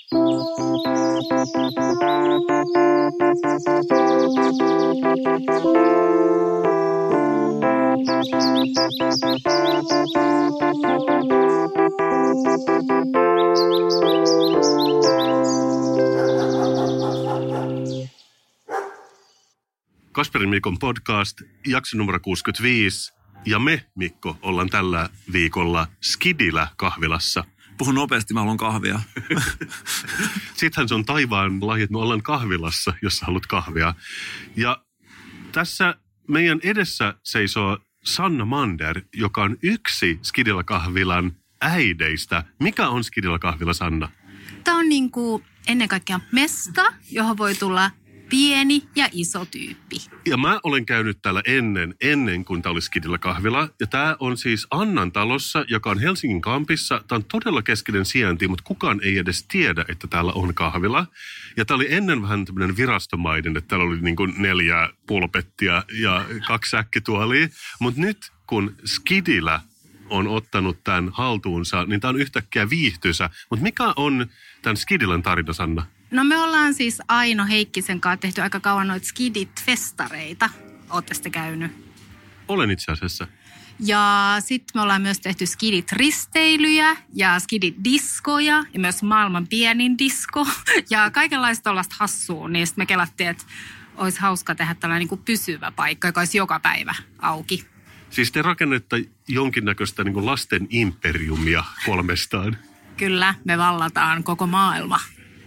Kasperin Mikon podcast, jakso numero 65. Ja me, Mikko, ollaan tällä viikolla Skidillä kahvilassa. Puhun nopeasti, mä haluan kahvia. Sittenhän se on taivaan lahja, että me ollaan kahvilassa, jos sä haluat kahvia. Ja tässä meidän edessä seisoo Sanna Mander, joka on yksi Skidillä kahvilan äideistä. Mikä on Skidillä kahvila, Sanna? Tämä on niin kuin ennen kaikkea mesta, johon voi tulla pieni ja iso tyyppi. Ja mä olen käynyt täällä ennen kuin tää oli Skidillä kahvila. Ja tää on siis Annan talossa, joka on Helsingin kampissa. Tää on todella keskeinen sijainti, mutta kukaan ei edes tiedä, että täällä on kahvila. Ja tää oli ennen vähän tämmöinen virastomainen, että täällä oli niin kuin 4 pulpettia ja 2 säkkituolia. Mutta nyt kun Skidillä on ottanut tämän haltuunsa, niin tää on yhtäkkiä viihtyisä. Mutta mikä on tämän Skidilän tarina, Sanna? No me ollaan siis Aino Heikkisen kanssa tehty aika kauan noita Skidit-festareita. Ootte sitten käynyt? Olen itse asiassa. Ja sitten me ollaan myös tehty Skidit-risteilyjä ja Skidit-diskoja ja myös maailman pienin disko. Ja kaikenlaista tollaista hassua, niin sitten me kelattiin, että olisi hauska tehdä tällainen niin kuin pysyvä paikka, joka olisi joka päivä auki. Siis te rakennette jonkinnäköistä niin kuin lasten imperiumia 3. Kyllä, me vallataan koko maailma.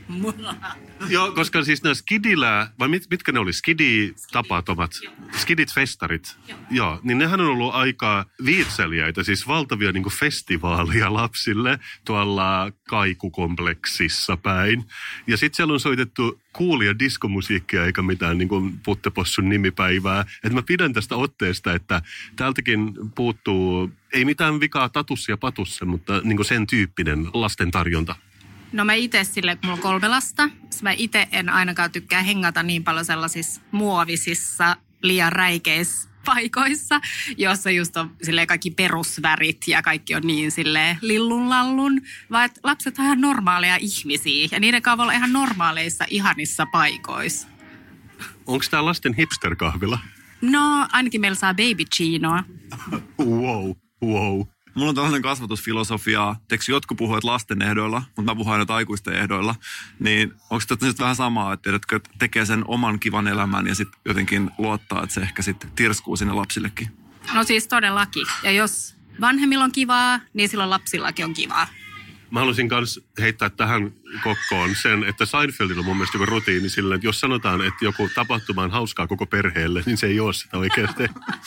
Joo, koska siis nämä Skidillä, vai mitkä ne oli? Skidi-tapahtumat, Skidit-festarit. Joo, niin nehän on ollut aika viitseliäitä, siis valtavia niin kuin festivaaleja lapsille tuolla Kaikukompleksissa päin. Ja sitten siellä on soitettu coolia diskomusiikkia eikä mitään niin kuin Puttepossun nimipäivää. Että mä pidän tästä otteesta, että täältäkin puuttuu, ei mitään vikaa tatussa ja patussa, mutta niin kuin sen tyyppinen lasten tarjonta. No mä itse silleen, kun mulla on 3 lasta, mä itse en ainakaan tykkää hengata niin paljon sellaisissa muovisissa, liian räikeissä paikoissa, jossa just on silleen kaikki perusvärit ja kaikki on niin silleen lillun-lallun, vaan että lapset on ihan normaaleja ihmisiä ja niiden kanssa voi olla ihan normaaleissa, ihanissa paikoissa. Onko tää lasten hipster-kahvila? No ainakin meillä saa baby chinoa. Wow. Mulla on tällainen kasvatusfilosofia, jotkut puhuvat lasten ehdoilla, mutta mä puhun aina aikuisten ehdoilla. Niin onko tämä nyt vähän samaa, että tekee sen oman kivan elämän ja sitten jotenkin luottaa, että se ehkä sitten tirskuu sinne lapsillekin? No siis todellakin. Ja jos vanhemmilla on kivaa, niin silloin lapsillakin on kivaa. Mä haluaisin myös heittää tähän kokkoon sen, että Seinfeldillä on mun mielestä joku rutiini silleen, että jos sanotaan, että joku tapahtuma on hauskaa koko perheelle, niin se ei ole sitä oikeasti.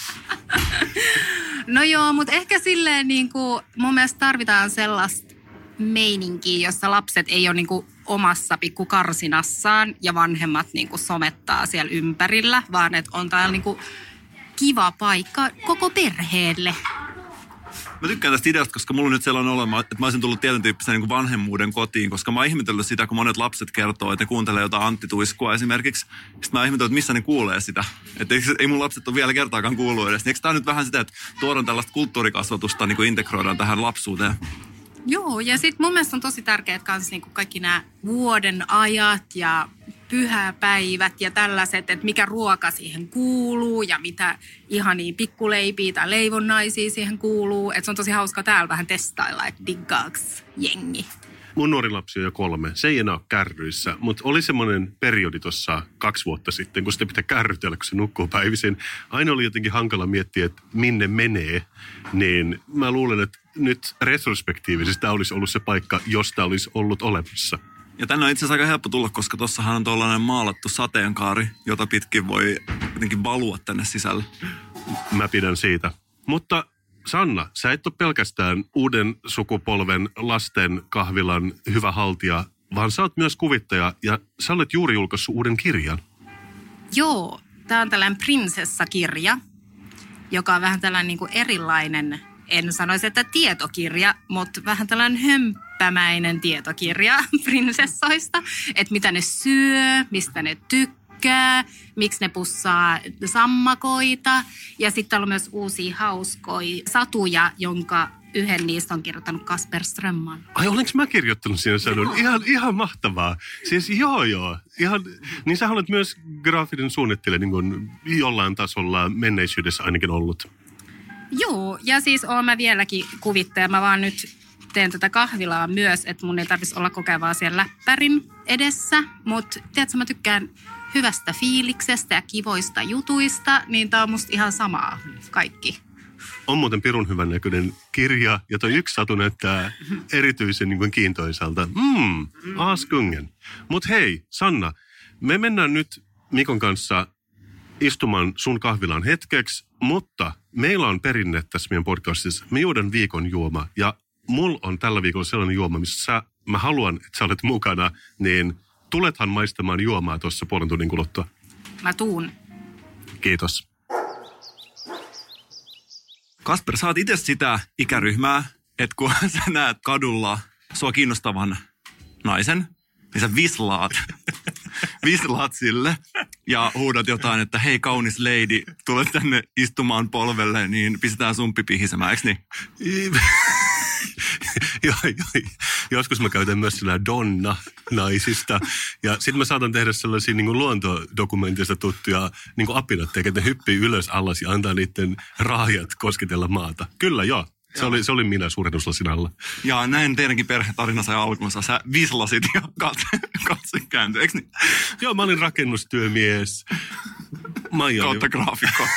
No joo, mutta ehkä silleen niin kuin mun mielestä tarvitaan sellaista meininkiä, jossa lapset ei ole niin kuin omassa pikkukarsinassaan ja vanhemmat niin kuin somettaa siellä ympärillä, vaan että on täällä niin kuin kiva paikka koko perheelle. Mä tykkään tästä ideasta, koska mulla on nyt sellainen olema, että mä olisin tullut tietyn tyyppisen niin kuin vanhemmuuden kotiin, koska mä oon ihmetellyt sitä, kun monet lapset kertoo, että ne kuuntelee jotain Antti Tuiskua esimerkiksi. Sitten mä oon ihmetellyt, että missä ne kuulee sitä. Että ei mun lapset ole vielä kertaakaan kuullut edes. Eikö tää nyt vähän sitä, että tuodaan tällaista kulttuurikasvatusta, niin kuin integroidaan tähän lapsuuteen? Joo, ja sitten mun mielestä on tosi tärkeät kanssa niin kuin kaikki nämä vuoden ajat ja pyhäpäivät ja tällaiset, että mikä ruoka siihen kuuluu ja mitä ihania pikkuleipiä tai leivonnaisia siihen kuuluu. Että se on tosi hauska täällä vähän testailla, että diggaaks jengi. Mun nuori lapsi on jo 3. Se ei enää ole kärryissä, mutta oli semmoinen periodi tuossa 2 vuotta sitten, kun sitä pitää kärrytellä, kun se nukkuu päivisin. Aina oli jotenkin hankala miettiä, että minne menee, niin mä luulen, että nyt retrospektiivisesti tämä olisi ollut se paikka, josta olisi ollut olemassa. Ja tänne on itse asiassa aika helppo tulla, koska tossahan on tuollainen maalattu sateenkaari, jota pitkin voi jotenkin valua tänne sisälle. Mä pidän siitä. Mutta Sanna, sä et ole pelkästään uuden sukupolven lasten kahvilan hyvä haltija, vaan sä oot myös kuvittaja ja sä olet juuri julkaissut uuden kirjan. Joo, tää on tällainen prinsessakirja, joka on vähän tällainen niin kuin erilainen, en sanoisi, että tietokirja, mutta vähän tällainen hömppämäinen tietokirja prinsessoista, että mitä ne syö, mistä ne tykkää, miksi ne pussaa sammakoita. Ja sitten on myös uusia hauskoja satuja, jonka yhden niistä on kirjoittanut Kasper Strömman. Ai, olenko mä kirjoittanut siinä sanun? Ihan mahtavaa. Siis joo. Ihan, niin sä olet myös graafinen suunnittelija niin kuin jollain tasolla menneisyydessä ainakin ollut. Joo, ja siis oon mä vieläkin kuvittaja. Mä vaan nyt teen tätä kahvilaa myös, että mun ei tarvitsisi olla kokevaa siellä läppärin edessä. Mutta tiedätkö, mä tykkään hyvästä fiiliksestä ja kivoista jutuista, niin tää on musta ihan samaa kaikki. On muuten pirun hyvän näköinen kirja, ja toi yksi satu näyttää erityisen niin kuin kiintoisalta. Askungen. Mut hei, Sanna, me mennään nyt Mikon kanssa istumaan sun kahvilaan hetkeksi, mutta meillä on perinne tässä meidän podcastissa. Me juodaan viikon juoma, ja mulla on tällä viikolla sellainen juoma, missä mä haluan, että sä olet mukana, niin tulethan maistamaan juomaa tuossa puolen tunnin kuluttua. Mä tuun. Kiitos. Kasper, sä oot itse sitä ikäryhmää, että kun sä näet kadulla sua kiinnostavan naisen, niin sä vislaat sille ja huudat jotain, että hei kaunis lady, tule tänne istumaan polvelle, niin pistetään sumppi pihisemään, eikö niin? Joo. Joskus mä käytän myös sillä Donna-naisista. Ja sitten mä saatan tehdä sellaisia niin kuin luontodokumentista tuttuja niin kuin apinatteja, että ne hyppii ylös alas ja antaa niiden raajat kosketella maata. Kyllä, joo. Se oli minä suurennuslasin alla. Ja näin teidänkin perhetarina sai alkunsa. Sä vislasit ja katse kääntyi, eikö niin? Joo, mä olin rakennustyömies. Kautta graafikko.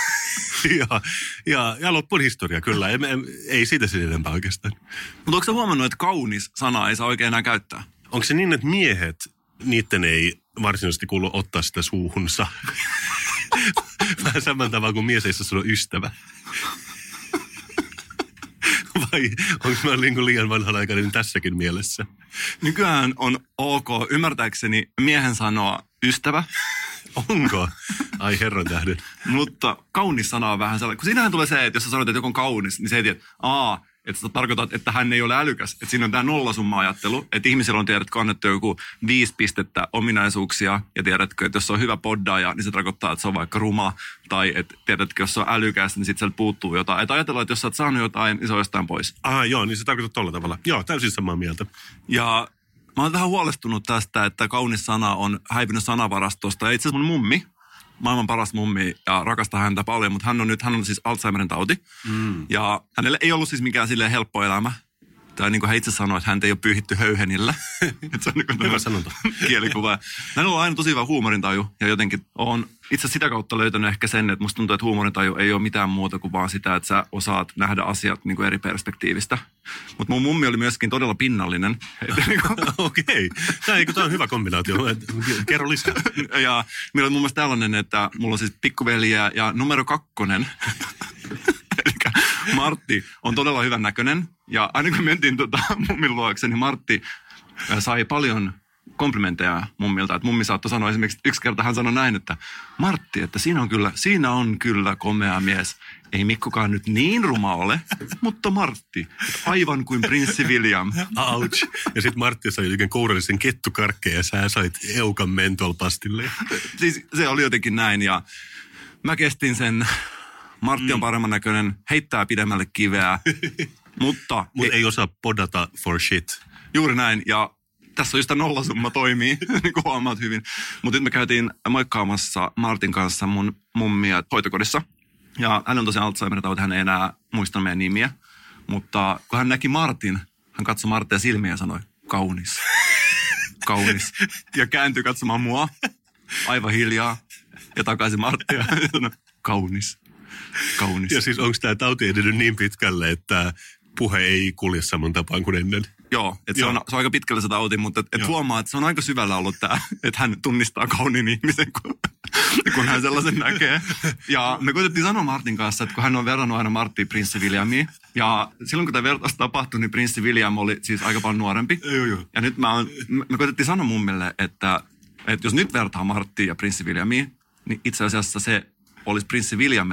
ja loppun historia, kyllä. Ei siitä sen enempää oikeastaan. Mutta onko sä huomannut, että kaunis sana ei saa oikein enää käyttää? Onko se niin, että miehet, niiden ei varsinaisesti kuulu ottaa sitä suuhunsa? Vähän saman tavalla kuin mies ei saa sanoa ystävä. Vai onko mä liian vanhanaikainen tässäkin mielessä? Nykyään on ok, ymmärtääkseni miehen sanoa ystävä. Onko? Ai herran tähden. Mutta kaunis sana on vähän sellainen. Kun siinähän tulee se, että jos sä sanot, että joku on kaunis, niin se ei tiedä, että sä tarkoitat, että hän ei ole älykäs. Että siinä on tämä nollasumma-ajattelu, että ihmisillä on tiedätkö annettu joku 5 pistettä ominaisuuksia, ja tiedätkö, että jos se on hyvä poddaaja, niin se tarkoittaa, että se on vaikka ruma, tai että tiedätkö, jos se on älykäs, niin sitten sieltä puuttuu jotain. Että ajatellaan, että jos sä oot saanut jotain, niin se on jostain pois. Joo, niin se tarkoittaa tolla tavalla. Joo, täysin samaa mieltä. Ja mä oon vähän huolestunut tästä, että kaunis sana on häipynyt sanavarastosta. Ja itse asiassa mun mummi, maailman paras mummi, ja rakastaa häntä paljon, mutta hän on siis Alzheimerin tauti. Ja hänelle ei ollut siis mikään silleen helppo elämä. Tai niin kuin hän itse sanoi, että häntä ei ole pyyhitty höyhenillä. Se on niin hyvä sanonta. Kielikuva. Hänellä on aina tosi hyvä huumorintaju, ja jotenkin on itse sitä kautta löytänyt ehkä sen, että musta tuntuu, että huumorintaju ei ole mitään muuta kuin vaan sitä, että sä osaat nähdä asiat niin kuin eri perspektiivistä. Mutta mun mummi oli myöskin todella pinnallinen. Okei. Tämä on hyvä kombinaatio. Kerro lisää. Ja meillä on mun mielestä tällainen, että mulla on siis pikkuveliä ja numero 2. Eli Martti on todella hyvän näköinen. Ja aina kun mentiin mummin luokse, niin Martti sai paljon komplimentteja mummilta. Että mummi saattoi sanoa esimerkiksi, yksi kerta hän sanoi näin, että Martti, että siinä on kyllä komea mies. Ei Mikkokaan nyt niin ruma ole, mutta Martti, aivan kuin prinssi William. Ouch. Ja sitten Martti sai jotenkin kourallisen kettukarkkeja ja sä sait Eukan mentolpastille. Siis se oli jotenkin näin ja mä kestin sen. Martti on paremman näköinen, heittää pidemmälle kiveä, mutta ei osaa podata for shit. Juuri näin ja tässä on just tämä nollasumma toimii, niin kuin huomaat hyvin. Mutta nyt me käytiin moikkaamassa Martin kanssa mun mummia hoitokodissa. Ja hän on tosiaan Alzheimer-tauti, hän ei enää muista meidän nimiä. Mutta kun hän näki Martin, hän katsoi Martia silmiä ja sanoi, kaunis, kaunis. Ja kääntyi katsomaan mua, aivan hiljaa. Ja takaisin Marttia ja sanoi, kaunis, kaunis. Ja siis onko tämä tauti edennyt niin pitkälle, että puhe ei kulje saman tapaan kuin ennen? Joo, että se on aika pitkälle se tauti, mutta et huomaa, että se on aika syvällä ollut tämä, että hän tunnistaa kauniin ihmisen, kun hän sellaisen näkee. Ja me koitettiin sanoa Martin kanssa, että kun hän on verrannut aina Marttia prinssi Williamiin, ja silloin kun tämä vertaus tapahtui, niin prinssi William oli siis aika paljon nuorempi. Joo. Ja nyt me koitettiin sanoa mummille, että jos nyt vertaa Marttia ja prinssi Williamiin, niin itse asiassa se olisi prinssi Williamille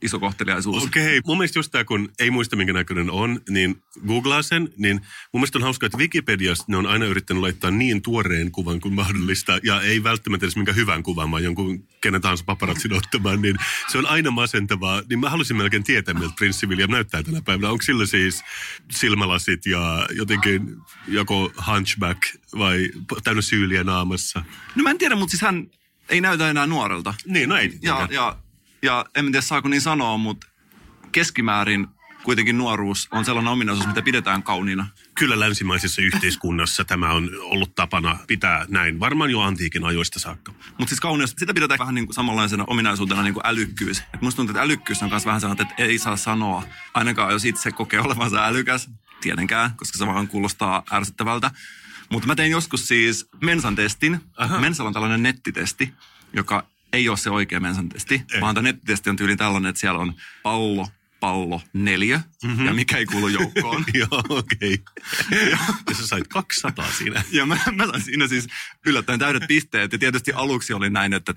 iso kohteliaisuus. Okei, mun mielestä just tämä, kun ei muista minkä näköinen on, niin googlaa sen, niin mun mielestä on hauskaa, että Wikipediasta ne on aina yrittänyt laittaa niin tuoreen kuvan kuin mahdollista, ja ei välttämättä edes minkä hyvän kuvan, vaan jonkun kenen tahansa paparazzin ottamaan, niin se on aina masentavaa. Niin mä haluaisin melkein tietää, miltä Prinssi William näyttää tänä päivänä. Onko sillä siis silmälasit ja jotenkin joko hunchback vai täynnä syyliä naamassa? No mä en tiedä, mutta siis hän ei näytä enää nuorelta. Niin, no ei. Ja en tiedä saako niin sanoa, mutta keskimäärin kuitenkin nuoruus on sellainen ominaisuus, mitä pidetään kauniina. Kyllä länsimaisessa yhteiskunnassa tämä on ollut tapana pitää näin, varmaan jo antiikin ajoista saakka. Mutta siis kauneus, sitä pidetään vähän niin kuin samanlaisena ominaisuutena niin kuin älykkyys. Et musta tuntuu, että älykkyys on myös vähän sellainen, että ei saa sanoa, ainakaan jos itse kokee olevansa älykäs, tietenkään, koska se vaan kuulostaa ärsyttävältä. Mutta mä tein joskus siis Mensan testin. Mensalla on tällainen nettitesti, joka ei ole se oikea Mensan testi, vaan tämä nettitesti on tyyli tällainen, että siellä on pallo 4, ja mikä ei kuulu joukkoon. Joo, okei. Ja sä sait 200 siinä. Ja mä sain siinä siis yllättäen täydet pisteet, ja tietysti aluksi oli näin, että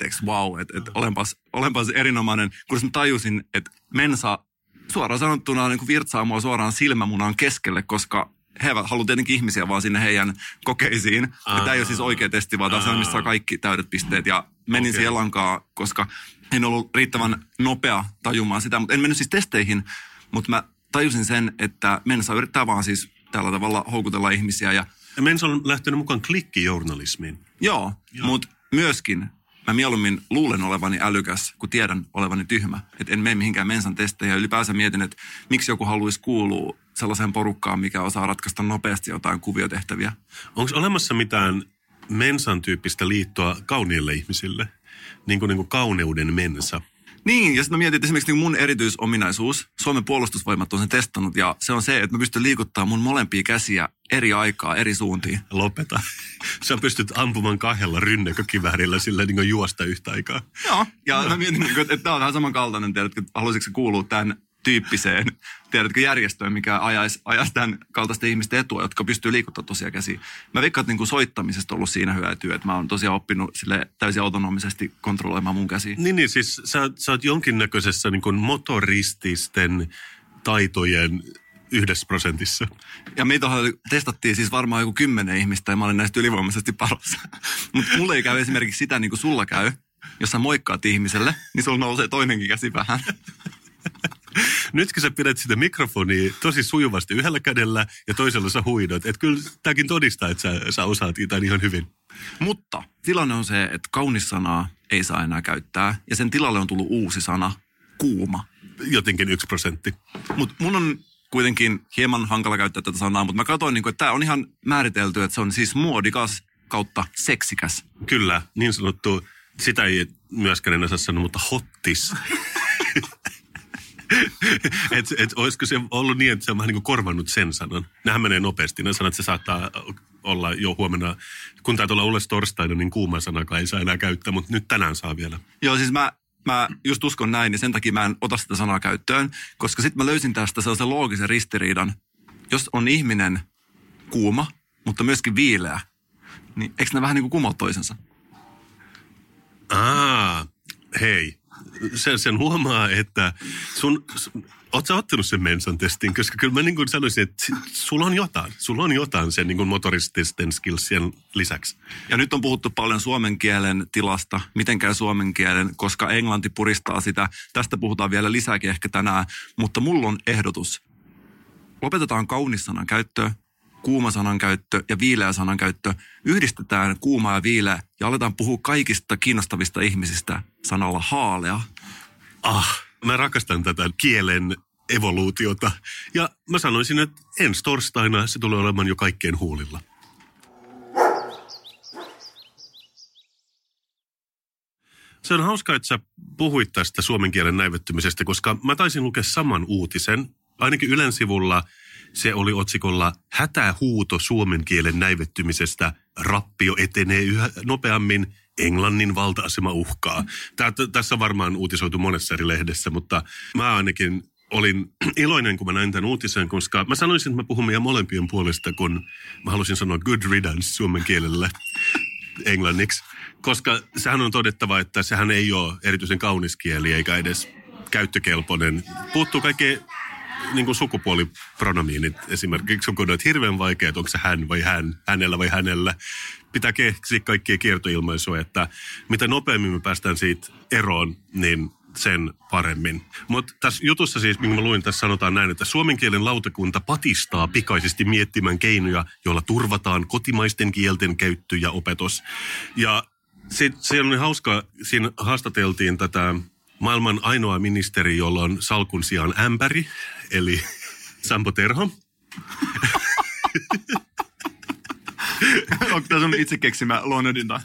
olenpas erinomainen, kun mä tajusin, että Mensa suoraan sanottuna niin kuin virtsaa mua suoraan silmämunan keskelle, koska he haluavat tietenkin ihmisiä vaan sinne heidän kokeisiin. Tämä ei ole siis oikea testi, vaan tämä on missä saa kaikki täydet pisteet. Ja menin siihen lankaan, koska en ollut riittävän nopea tajumaan sitä. Mutta en mennyt siis testeihin, mutta mä tajusin sen, että Mensa yrittää vaan siis tällä tavalla houkutella ihmisiä. Ja Mensa on lähtenyt mukaan klikkijournalismiin. Joo. Mutta myöskin mä mieluummin luulen olevani älykäs, kun tiedän olevani tyhmä. Että en mene mihinkään Mensan testeihin. Ja ylipäänsä mietin, että miksi joku haluaisi kuulua sellaiseen porukkaan, mikä osaa ratkaista nopeasti jotain kuviotehtäviä. Onko olemassa mitään Mensan tyyppistä liittoa kauniille ihmisille? Niin kuin kauneuden mensa. Niin, ja sitten mä mietin, että esimerkiksi niin mun erityisominaisuus, Suomen puolustusvoimat on sen testannut, ja se on se, että mä pystyn liikuttamaan mun molempia käsiä eri aikaa, eri suuntiin. Lopeta. Sä pystyt ampumaan 2 rynnäkkökiväärillä sillä niin kuin juosta yhtä aikaa. Joo, ja mä mietin, että tämä on vähän samankaltainen, tiedätkö, haluaisitko kuulua tämän tyyppiseen, tiedätkö, järjestöön, mikä ajaisi tämän kaltaisten ihmisten etua, jotka pystyy liikuttamaan tosiaan käsiä. Mä veikkaan, että niin soittamisesta on ollut siinä hyötyä, että mä oon tosiaan oppinut sille täysin autonomisesti kontrolloimaan mun käsiä. Niin, siis sä oot jonkinnäköisessä niin kuin motorististen taitojen 1%. Ja meitä testattiin siis varmaan joku 10 ihmistä, ja mä olin näistä ylivoimaisesti paras. Mutta mulla ei käy esimerkiksi sitä, niin kuin sulla käy, jos sä moikkaat ihmiselle, niin sulla nousee toinenkin käsi vähän. Nytkin sä pidät sitä mikrofonia tosi sujuvasti yhdellä kädellä ja toisella sä huidot. Että kyllä tämäkin todistaa, että sä osaat tämän ihan hyvin. Mutta tilanne on se, että kaunis sanaa ei saa enää käyttää. Ja sen tilalle on tullut uusi sana, kuuma. Jotenkin 1%. Mutta mun on kuitenkin hieman hankala käyttää tätä sanaa, mutta mä katsoin, että tämä on ihan määritelty, että se on siis muodikas kautta seksikäs. Kyllä, niin sanottu, sitä ei myöskään enää saa sanoa, mutta hottis. Et olisiko se ollut niin, että se on vähän niin kuin korvannut sen sanan. Nämähän menee nopeasti. Ne sanat, että se saattaa olla jo huomenna, kun taitaa olla ulos torstaina, niin kuuma sanakaan ei saa enää käyttää, mutta nyt tänään saa vielä. Joo, siis mä just uskon näin, ja sen takia mä en ota sitä sanaa käyttöön, koska sitten mä löysin tästä sellaisen loogisen ristiriidan. Jos on ihminen kuuma, mutta myöskin viileä, niin eikö ne vähän niin kuin kumoa toisensa? Hei. Sen huomaa, että oot sä ottanut sen Mensan testin, koska kyllä mä niin kuin sanoisin, että sulla on jotain sen niin kuin motorististen skillsien lisäksi. Ja nyt on puhuttu paljon suomen kielen tilasta, miten käy suomen kielen, koska englanti puristaa sitä. Tästä puhutaan vielä lisääkin ehkä tänään, mutta mulla on ehdotus. Lopetetaan kaunis sanan käyttö, kuuma sanan käyttö ja viileä sanan käyttö. Yhdistetään kuuma ja viileä ja aletaan puhua kaikista kiinnostavista ihmisistä sanalla haalea. Mä rakastan tätä kielen evoluutiota. Ja mä sanoisin, että ensi torstaina se tulee olemaan jo kaikkien huulilla. Se on hauskaa, että sä puhuit tästä suomen kielen näivettymisestä, koska mä taisin lukea saman uutisen. Ainakin Ylen sivulla se oli otsikolla hätähuuto suomen kielen näivettymisestä. Rappio etenee yhä nopeammin. Englannin valta-asema uhkaa. Tässä on varmaan uutisoitu monessa eri lehdessä, mutta mä ainakin olin iloinen, kun mä näin tämän uutisen, koska mä sanoisin, että mä puhun meidän molempien puolesta, kun mä halusin sanoa good riddance suomen kielellä englanniksi. Koska sehän on todettava, että sehän ei ole erityisen kaunis kieli, eikä edes käyttökelpoinen. Puuttuu kaikki niin kuin sukupuolipronomiinit esimerkiksi, kun on hirveän vaikea, että onko se hän vai hän, hänellä vai hänellä. Pitää keksiä kaikkia kiertoilmaisuja, että mitä nopeammin me päästään siitä eroon, niin sen paremmin. Mutta tässä jutussa siis, minkä mä luin, tässä sanotaan näin, että suomen kielen lautakunta patistaa pikaisesti miettimään keinoja, joilla turvataan kotimaisten kielten käyttö ja opetus. Ja se oli hauska, siinä haastateltiin tätä maailman ainoa ministeri, jolla on salkun sijaan ämpäri, eli Sampo Terho. Onko tämä sun itse keksimä luonnodinta?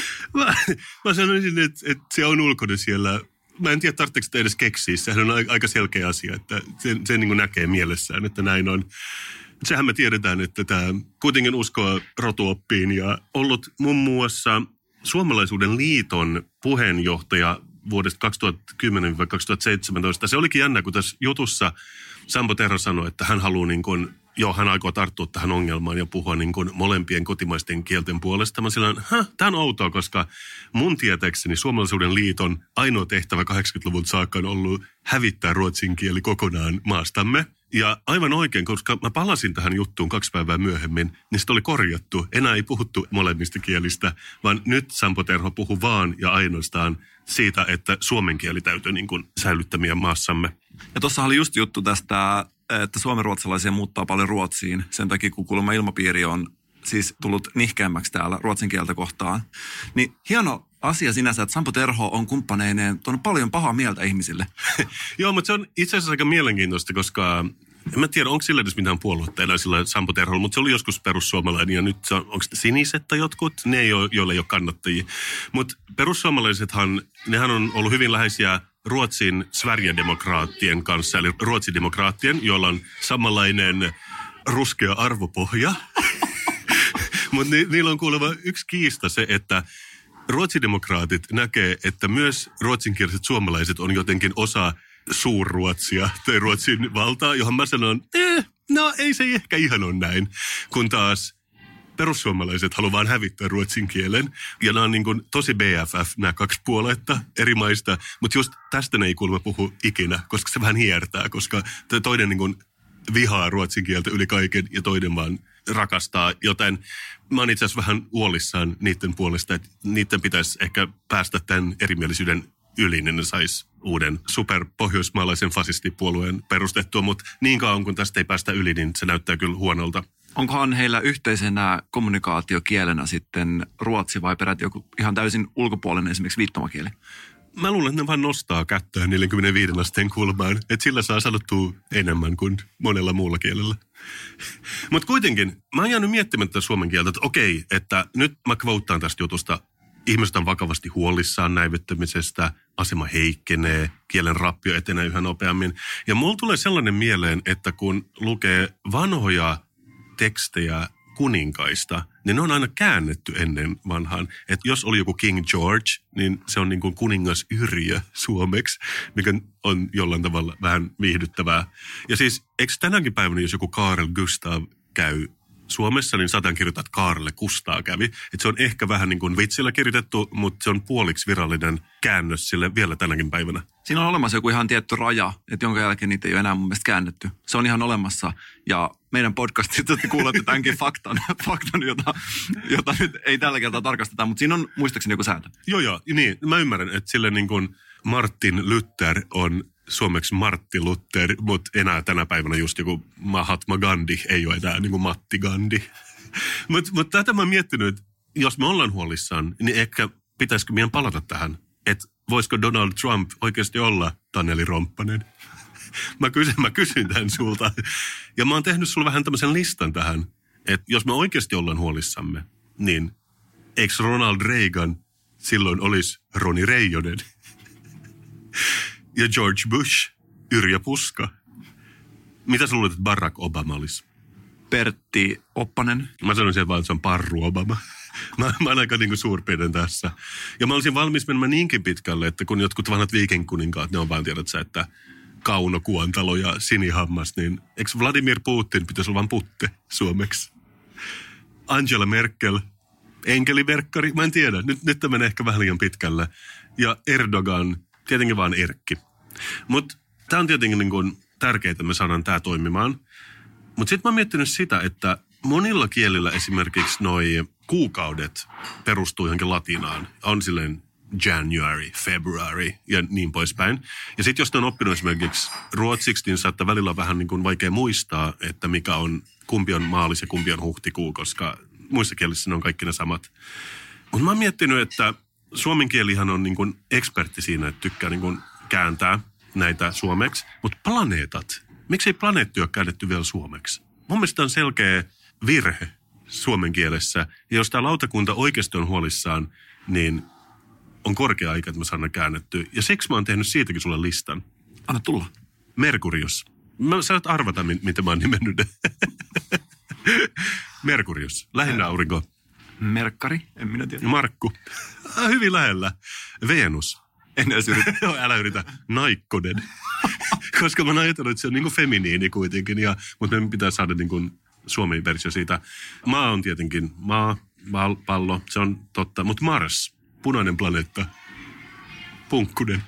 Mä sanoisin, että se on ulkona siellä. Mä en tiedä, tarvitseeko sitä edes keksiä. Sehän on aika selkeä asia, että se niin kuin näkee mielessään, että näin on. Sehän me tiedetään, että tämä kuitenkin uskoo rotuoppiin ja ollut muun muassa Suomalaisuuden liiton puheenjohtaja vuodesta 2010-2017. Se olikin jännä, kun tässä jutussa Sampo Terho sanoi, että hän haluaa niin kuin, hän aikoo tarttua tähän ongelmaan ja puhua niin kuin molempien kotimaisten kielten puolesta. Mä silloin, tämä on outoa, koska mun tietääkseni Suomalaisuuden liiton ainoa tehtävä 80-luvun saakka on ollut hävittää ruotsin kieli kokonaan maastamme. Ja aivan oikein, koska mä palasin tähän juttuun 2 päivää myöhemmin, niin sitä oli korjattu. Enää ei puhuttu molemmista kielistä, vaan nyt Sampo Terho puhuu vaan ja ainoastaan siitä, että suomen kieli täytyy niin kuin säilyttämiä maassamme. Ja tuossa oli just juttu tästä, että suomenruotsalaisia muuttaa paljon Ruotsiin. Sen takia, kun kuulemma ilmapiiri on siis tullut nihkeämmäksi täällä ruotsin kieltä kohtaan. Niin hieno asia sinänsä, että Sampo Terho on kumppaneineen tuonut paljon pahaa mieltä ihmisille. Joo, mutta se on itse asiassa aika mielenkiintoista, koska en mä tiedä, onko sillä edes mitään puolueita sillä Sampo Terholla, mutta se oli joskus perussuomalainen ja nyt se on, onko siniset tai jotkut? Ne ei ole, joille ei ole kannattajia. Mutta perussuomalaisethan, nehän on ollut hyvin läheisiä Ruotsin Sverigedemokraattien kanssa, eli ruotsidemokraattien, joilla on samanlainen ruskea arvopohja. Mutta niillä on kuulemma yksi kiista se, että ruotsidemokraatit näkee, että myös ruotsinkieliset suomalaiset on jotenkin osa suurruotsia tai Ruotsin valtaa, johon mä sanon, no ei se ehkä ihan ole näin, kun taas perussuomalaiset haluaa vaan hävittää ruotsin kielen. Ja nämä on niin kuin tosi BFF, nämä 2 puoluetta eri maista, mutta just tästä ne ei kuulemma puhu ikinä, koska se vähän hiertää, koska toinen niin kuin vihaa ruotsin kieltä yli kaiken ja toinen vaan rakastaa, joten mä oon itse asiassa vähän huolissaan niiden puolesta, että niiden pitäisi ehkä päästä tämän erimielisyyden yli, niin ne sais uuden superpohjoismaalaisen fasistipuolueen perustettua, mutta niin kauan kun tästä ei päästä yli, niin se näyttää kyllä huonolta. Onkohan heillä yhteisenä kommunikaatiokielenä sitten ruotsi vai peräti joku ihan täysin ulkopuolinen esimerkiksi viittomakieli? Mä luulen, että ne vaan nostaa kättöä 45 asteen kulmaan, että sillä saa sanottua enemmän kuin monella muulla kielellä. Mutta kuitenkin, mä oon jäänyt miettimään tätä suomen kieltä, että okei, että nyt mä kvouttaan tästä jutusta. Ihmiset on vakavasti huolissaan näivettämisestä, asema heikkenee, kielen rappio etenee yhä nopeammin. Ja mulla tulee sellainen mieleen, että kun lukee vanhoja tekstejä kuninkaista, niin ne on aina käännetty ennen vanhaan. Että jos oli joku King George, niin se on niin kuin kuningas Yrjö suomeksi, mikä on jollain tavalla vähän viihdyttävää. Ja siis, eikö tänäkin päivänä, jos joku Karel Gustav käy Suomessa, niin saatan kirjoittaa, että Kaarle Kustaa kävi. Että se on ehkä vähän niin kuin vitsillä kirjoitettu, mutta se on puoliksi virallinen käännös sille vielä tänäkin päivänä. Siinä on olemassa joku ihan tietty raja, että jonka jälkeen niitä ei ole enää mun mielestä käännetty. Se on ihan olemassa. Ja meidän podcastissa te kuulette tämänkin faktan jota nyt ei tällä kertaa tarkasteta, mutta siinä on muistaakseni joku sääntö. Joo, niin. Mä ymmärrän, että sille niin kuin Martin Luther on suomeksi Martti Luther, mutta enää tänä päivänä just joku Mahatma Gandhi ei ole enää niin kuin Matti Gandhi. Mutta tätä mä oon miettinyt, että jos me ollaan huolissaan, niin ehkä pitäisikö meidän palata tähän, että voisiko Donald Trump oikeasti olla Taneli Romppanen? Mä kysyn tämän sulta. Ja mä oon tehnyt sulle vähän tämmöisen listan tähän, että jos me oikeasti ollaan huolissamme, niin eikö Ronald Reagan silloin olisi Roni Reijonen? Ja George Bush, Yrjö Puska. Mitä sä luulet, että Barack Obama olisi? Pertti Oppanen. Mä sanoisin vaan, että se on Parru Obama. Mä oon aika niin kuin suurpiirtein tässä. Ja mä olisin valmis menemään niinkin pitkälle, että kun jotkut vanhat viikinkuninkaat, ne on vaan tiedät sä, että Kauno Kuontalo ja Sinihammas, niin eikö Vladimir Putin pitäisi olla vaan Putte suomeksi? Angela Merkel, enkeliverkkari, mä en tiedä. Nyt menee ehkä vähän liian pitkälle. Ja Erdogan, tietenkin vaan Erkki. Mutta tämä on tietenkin niin kuin tärkeää, että me saadaan tämä toimimaan. Mutta sitten mä oon miettinyt sitä, että monilla kielillä esimerkiksi noi kuukaudet perustuu johonkin latinaan. On silleen January, February ja niin poispäin. Ja sitten jos ne on oppinut esimerkiksi ruotsiksi, niin saattaa välillä vähän niin kuin vaikea muistaa, että kumpi on maalis ja kumpi on huhtikuu, koska muissa kielissä ne on kaikki ne samat. Mutta mä oon miettinyt, että suomen kielihan on niin kuin ekspertti siinä, että tykkää niin kuin kääntää näitä suomeksi. Mutta planeetat, miksi ei planeetti ole käännetty vielä suomeksi? Mun mielestä on selkeä virhe suomen kielessä. Ja jos tämä lautakunta oikeasti on huolissaan, niin on korkea aika, että mä saan käännetty. Ja siksi mä oon tehnyt siitäkin sulle listan. Anna tulla. Merkurius. Sä oot arvata, miten mä oon nimennyt. Merkurius. Lähinnä aurinko. Merkkari? En minä tiedä. Markku. Hyvin lähellä. Venus. En edes yritä. Älä yritä. Naikkonen. Koska mä oon ajatellut, että se on niin kuin feminiini kuitenkin. Mutta meidän pitää saada niin kuin suomen versio siitä. Maa on tietenkin pallo. Se on totta. Mutta Mars. Punainen planeetta. Punkkunen.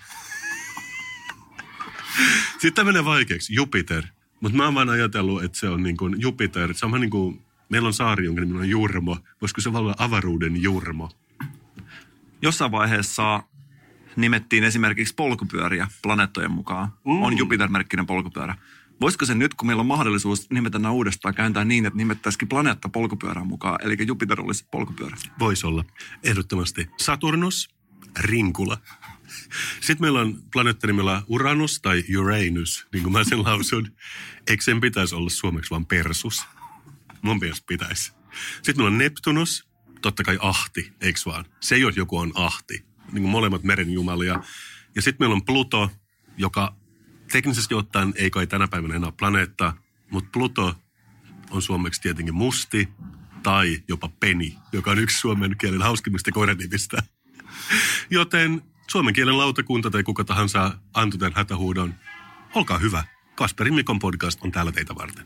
Sitten menee vaikeaksi. Jupiter. Mutta mä oon vaan ajatellut, että se on niin kuin Jupiter. Se on vähän niin kuin, meillä on saari, jonka nimi on Jurmo. Voisiko se olla avaruuden Jurmo? Jossain vaiheessa nimettiin esimerkiksi polkupyöriä planeettojen mukaan. On Jupiter-merkkinen polkupyörä. Voisiko se nyt, kun meillä on mahdollisuus nimetä nämä uudestaan, kääntää niin, että nimettäisikin planeetta polkupyörän mukaan, eli Jupiter olisi polkupyörä? Voisi olla. Ehdottomasti. Saturnus, rinkula. Sitten meillä on planeetta nimellä Uranus tai Uranus, niin kuin mä sen lausun. Eikö sen pitäisi olla suomeksi vaan Persus? Mun mielestä pitäisi. Sitten meillä on Neptunus, totta kai ahti, eikö vaan? Se, jos joku on ahti. Niin kuin molemmat merenjumalia. Ja sitten meillä on Pluto, joka teknisesti ottaen ei kai tänä päivänä enää planeetta, mutta Pluto on suomeksi tietenkin musti tai jopa peni, joka on yksi suomen kielen hauskimmista koiranimistä. Joten suomen kielen lautakunta tai kuka tahansa antoi tämän hätähuudon. Olkaa hyvä. Kasperin Mikon podcast on täällä teitä varten.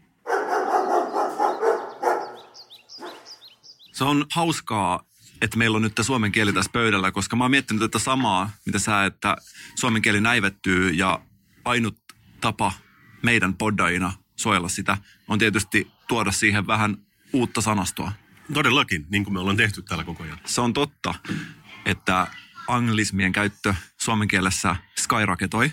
Se on hauskaa, että meillä on nyt suomen kieli tässä pöydällä, koska mä oon miettinyt tätä samaa, mitä sä, että suomen kieli näivettyy ja ainut tapa meidän poddajina suojella sitä on tietysti tuoda siihen vähän uutta sanastoa. Todellakin, niin kuin me ollaan tehty täällä koko ajan. Se on totta, että anglismien käyttö suomen kielessä skyrocketoi.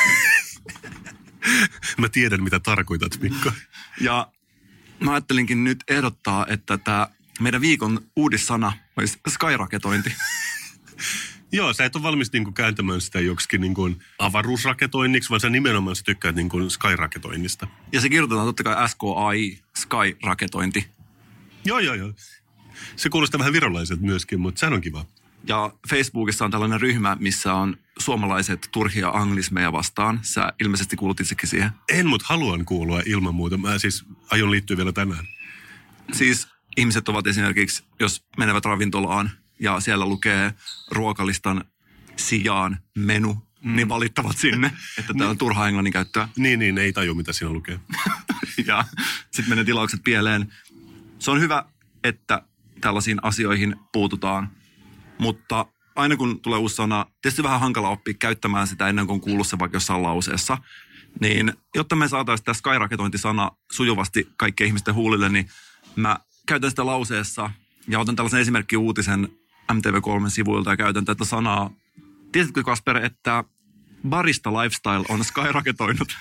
Mä tiedän, mitä tarkoitat, Mikko. Ja mä ajattelinkin nyt ehdottaa, että tämä meidän viikon uudissana olisi skyraketointi. Joo, sä et ole valmis niin kuin kääntämään sitä joksikin niin kuin avaruusraketoinniksi, vaan sä nimenomaan sä tykkäät niin kuin skyraketoinnista. Ja se kirjoitetaan totta kai SKI, skyraketointi. Joo. Se kuulostaa vähän virolaiselta myöskin, mutta sehän on kiva. Ja Facebookissa on tällainen ryhmä, missä on suomalaiset turhia anglismeja vastaan. Sä ilmeisesti kuulut itsekin siihen. En, mutta haluan kuulua ilman muuta. Mä siis aion liittyä vielä tänään. Siis ihmiset ovat esimerkiksi, jos menevät ravintolaan ja siellä lukee ruokalistan sijaan menu, niin valittavat sinne, että täällä on turhaa englannin käyttöä. Niin, ei taju mitä siinä lukee. Ja sitten menee tilaukset pieleen. Se on hyvä, että tällaisiin asioihin puututaan, mutta aina kun tulee uusi sana, tietysti vähän hankala oppia käyttämään sitä ennen kuin on kuullut se vaikka jossain lauseessa, niin jotta me saataisiin tämä skyraketointisana sujuvasti kaikkien ihmisten huulille, niin mä käytän sitä lauseessa ja otan tällaisen esimerkkiuutisen MTV3-sivuilta ja käytän tätä sanaa. Tiesitkö, Kasper, että barista lifestyle on skyraketoinut?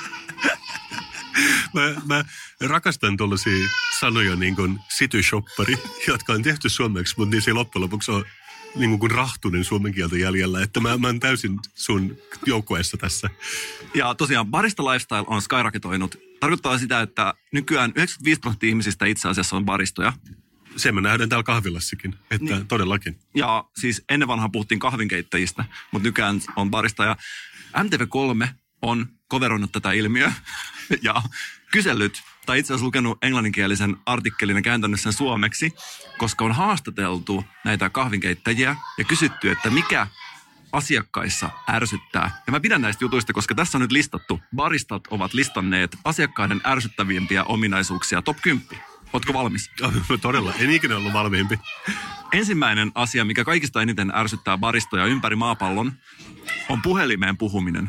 Mä rakastan tuollaisia sanoja niin kuin city-shoppari, jotka on tehty suomeksi, mutta niissä ei loppujen lopuksi ole niin kuin rahtunen suomen kieltä jäljellä. Että mä oon täysin sun joukkueessa tässä. Ja tosiaan barista lifestyle on skyraketoinut. Tarkoittaa sitä, että nykyään 95% ihmisistä itse asiassa on baristoja. Se me nähdään täällä kahvilassakin, että niin. Todellakin. Ja siis ennen vanhaan puhuttiin kahvinkeittäjistä, mutta nykyään on barista. Ja MTV3 on coveroinut tätä ilmiöä ja kysellyt, tai itse asiassa lukenut englanninkielisen artikkelin ja kääntänyt sen suomeksi, koska on haastateltu näitä kahvinkeittäjiä ja kysytty, että mikä asiakkaissa ärsyttää. Ja mä pidän näistä jutuista, koska tässä on nyt listattu. Baristat ovat listanneet asiakkaiden ärsyttävimpiä ominaisuuksia top 10. Ootko valmis? Todella, en ikinä ollut valmiimpi. Ensimmäinen asia, mikä kaikista eniten ärsyttää baristoja ympäri maapallon, on puhelimeen puhuminen.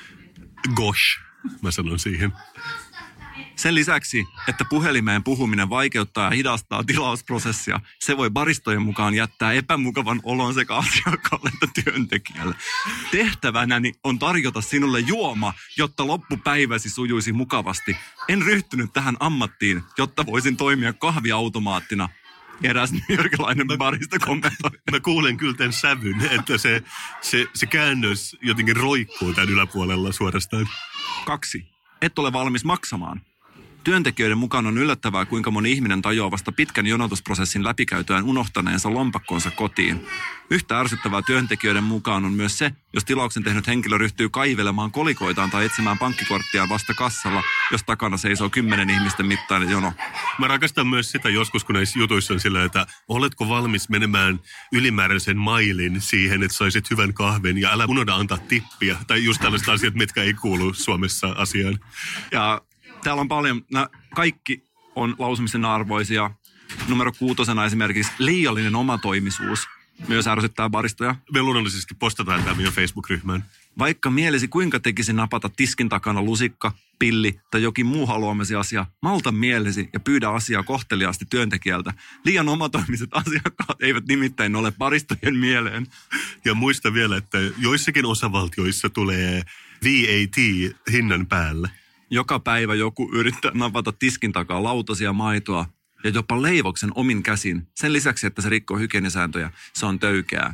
Gosh, mä sanon siihen. Sen lisäksi, että puhelimeen puhuminen vaikeuttaa ja hidastaa tilausprosessia, se voi baristojen mukaan jättää epämukavan olon sekä asiakkaalle että työntekijälle. Tehtävänäni on tarjota sinulle juoma, jotta loppupäiväsi sujuisi mukavasti. En ryhtynyt tähän ammattiin, jotta voisin toimia kahviautomaattina. Eräs newyorkilainen barista kommentoi. Mä kuulen kyllä tämän sävyn, että se käännös jotenkin roikkuu tämän yläpuolella suorastaan. 2. Et ole valmis maksamaan. Työntekijöiden mukaan on yllättävää, kuinka moni ihminen tajuaa vasta pitkän jonotusprosessin läpikäytyään unohtaneensa lompakkonsa kotiin. Yhtä ärsyttävää työntekijöiden mukaan on myös se, jos tilauksen tehnyt henkilö ryhtyy kaivelemaan kolikoitaan tai etsimään pankkikorttiaan vasta kassalla, jos takana seisoo 10 ihmisten mittainen jono. Mä rakastan myös sitä joskus, kun näissä jutuissa on sillä, että oletko valmis menemään ylimääräisen mailin siihen, että saisit hyvän kahvin ja älä unohda antaa tippiä. Tai just tällaiset asiat, mitkä ei kuulu Suomessa asiaan. Ja täällä on paljon, kaikki on lausumisen arvoisia. Numero 6 esimerkiksi liiallinen omatoimisuus myös ärsyttää baristoja. Me luonnollisesti postataan tämä meidän Facebook-ryhmään. Vaikka mielesi kuinka tekisi napata tiskin takana lusikka, pilli tai jokin muu haluamasi asia, malta mielesi ja pyydä asiaa kohteliaasti työntekijältä. Liian omatoimiset asiakkaat eivät nimittäin ole baristojen mieleen. Ja muista vielä, että joissakin osavaltioissa tulee VAT hinnan päälle. Joka päivä joku yrittää napata tiskin takaa lautasia maitoa ja jopa leivoksen omin käsin. Sen lisäksi, että se rikkoo hygienisääntöjä, se on töykeää.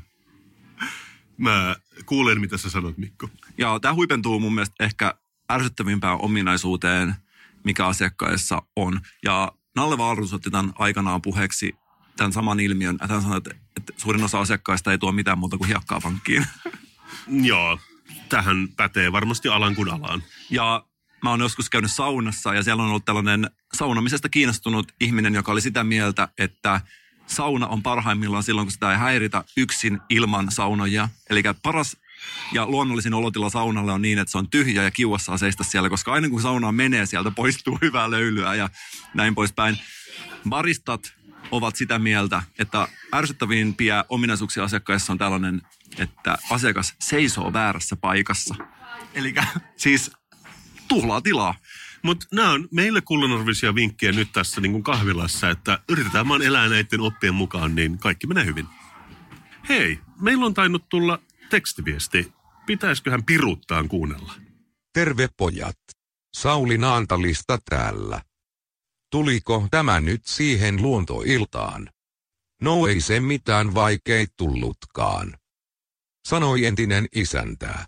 Mä kuulen, mitä sä sanot, Mikko. Ja tämä huipentuu mun mielestä ehkä ärsyttävimpään ominaisuuteen, mikä asiakkaissa on. Ja Nalle Wahlroos otti tämän aikanaan puheeksi tämän saman ilmiön. Hän sanoi, että suurin osa asiakkaista ei tuo mitään muuta kuin hiekkaa pankkiin. Joo, tähän pätee varmasti alan kuin alaan. Ja mä oon joskus käynyt saunassa ja siellä on ollut tällainen saunamisesta kiinnostunut ihminen, joka oli sitä mieltä, että sauna on parhaimmillaan silloin, kun sitä ei häiritä yksin ilman saunojia. Eli paras ja luonnollisin olotila saunalle on niin, että se on tyhjä ja kiuas saa seistä siellä, koska aina kun saunaan menee, sieltä poistuu hyvää löylyä ja näin poispäin. Baristat ovat sitä mieltä, että ärsyttävimpiä ominaisuuksia asiakkaissa on tällainen, että asiakas seisoo väärässä paikassa. Eli siis tuhlaa tilaa. Mutta nämä on meille kullanarvoisia vinkkejä nyt tässä niin kuin kahvilassa, että yritetään vaan elää näiden oppien mukaan, niin kaikki menee hyvin. Hei, meillä on tainnut tulla tekstiviesti. Pitäisiköhän piruuttaan kuunnella? Terve pojat. Sauli Naantalista täällä. Tuliko tämä nyt siihen luontoiltaan? No ei se mitään vaikeit tullutkaan. Sanoi entinen isäntä.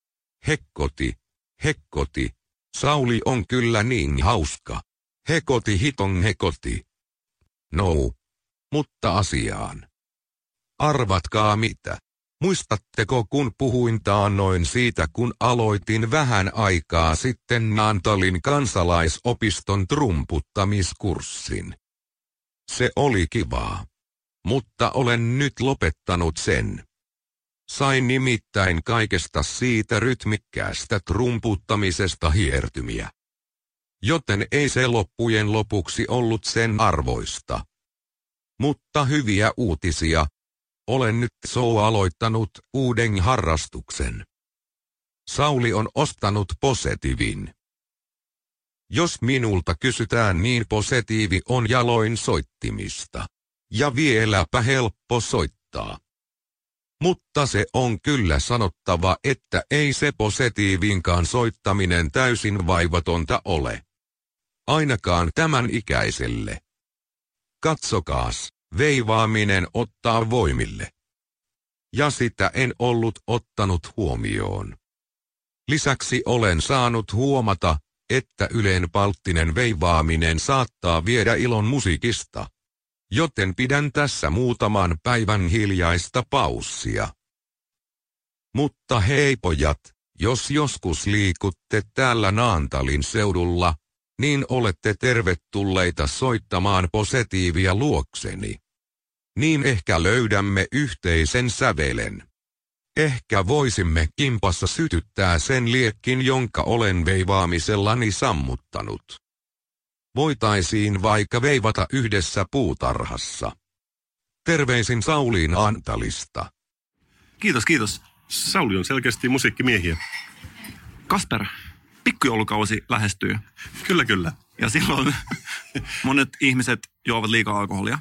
Hekkoti. Sauli on kyllä niin hauska. Hekoti hiton hekoti. No, mutta asiaan. Arvatkaa mitä. Muistatteko kun puhuin taannoin siitä kun aloitin vähän aikaa sitten Naantalin kansalaisopiston trumputtamiskurssin? Se oli kivaa. Mutta olen nyt lopettanut sen. Sain nimittäin kaikesta siitä rytmikkäästä trumputtamisesta hiertymiä. Joten ei se loppujen lopuksi ollut sen arvoista. Mutta hyviä uutisia. Olen nyt aloittanut uuden harrastuksen. Sauli on ostanut posetiivin. Jos minulta kysytään, niin posetiivi on jaloin soittimista. Ja vieläpä helppo soittaa. Mutta se on kyllä sanottava, että ei se posetiivinkaan soittaminen täysin vaivatonta ole. Ainakaan tämän ikäiselle. Katsokaas, veivaaminen ottaa voimille. Ja sitä en ollut ottanut huomioon. Lisäksi olen saanut huomata, että ylenpalttinen veivaaminen saattaa viedä ilon musiikista. Joten pidän tässä muutaman päivän hiljaista paussia. Mutta hei pojat, jos joskus liikutte täällä Naantalin seudulla, niin olette tervetulleita soittamaan posetiivia luokseni. Niin ehkä löydämme yhteisen sävelen. Ehkä voisimme kimpassa sytyttää sen liekkin, jonka olen veivaamisellani sammuttanut. Voitaisiin vaikka veivata yhdessä puutarhassa. Terveisin Sauliin Antalista. Kiitos. Sauli on selkeästi musiikkimiehiä. Kasper, pikkujoulukausi lähestyy. Kyllä. Ja silloin monet ihmiset juovat liikaa alkoholia.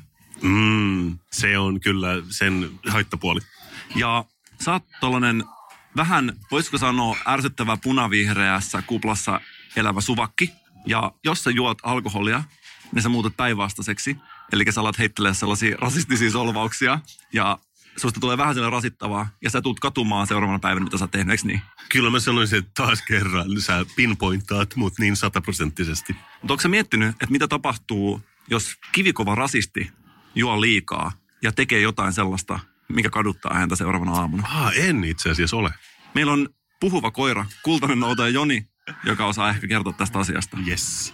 Se on kyllä sen haittapuoli. Ja sä oot tollanen vähän, voisiko sanoa, ärsyttävä punavihreässä kuplassa elävä suvakki. Ja jos sä juot alkoholia, niin sä muutut päinvastaiseksi. Eli sä alat heittelee sellaisia rasistisia solvauksia. Ja susta tulee vähän sellainen rasittavaa. Ja sä tulet katumaan seuraavana päivänä, mitä sä oot tehnyt, eikö niin? Kyllä mä sanoisin, että taas kerran sä pinpointaat mut niin 100%. Mutta onko sä miettinyt, että mitä tapahtuu, jos kivikova rasisti juo liikaa ja tekee jotain sellaista, mikä kaduttaa häntä seuraavana aamuna? En itse asiassa ole. Meillä on puhuva koira, kultainen noutaja Joni, joka osaa ehkä kertoa tästä asiasta. Yes.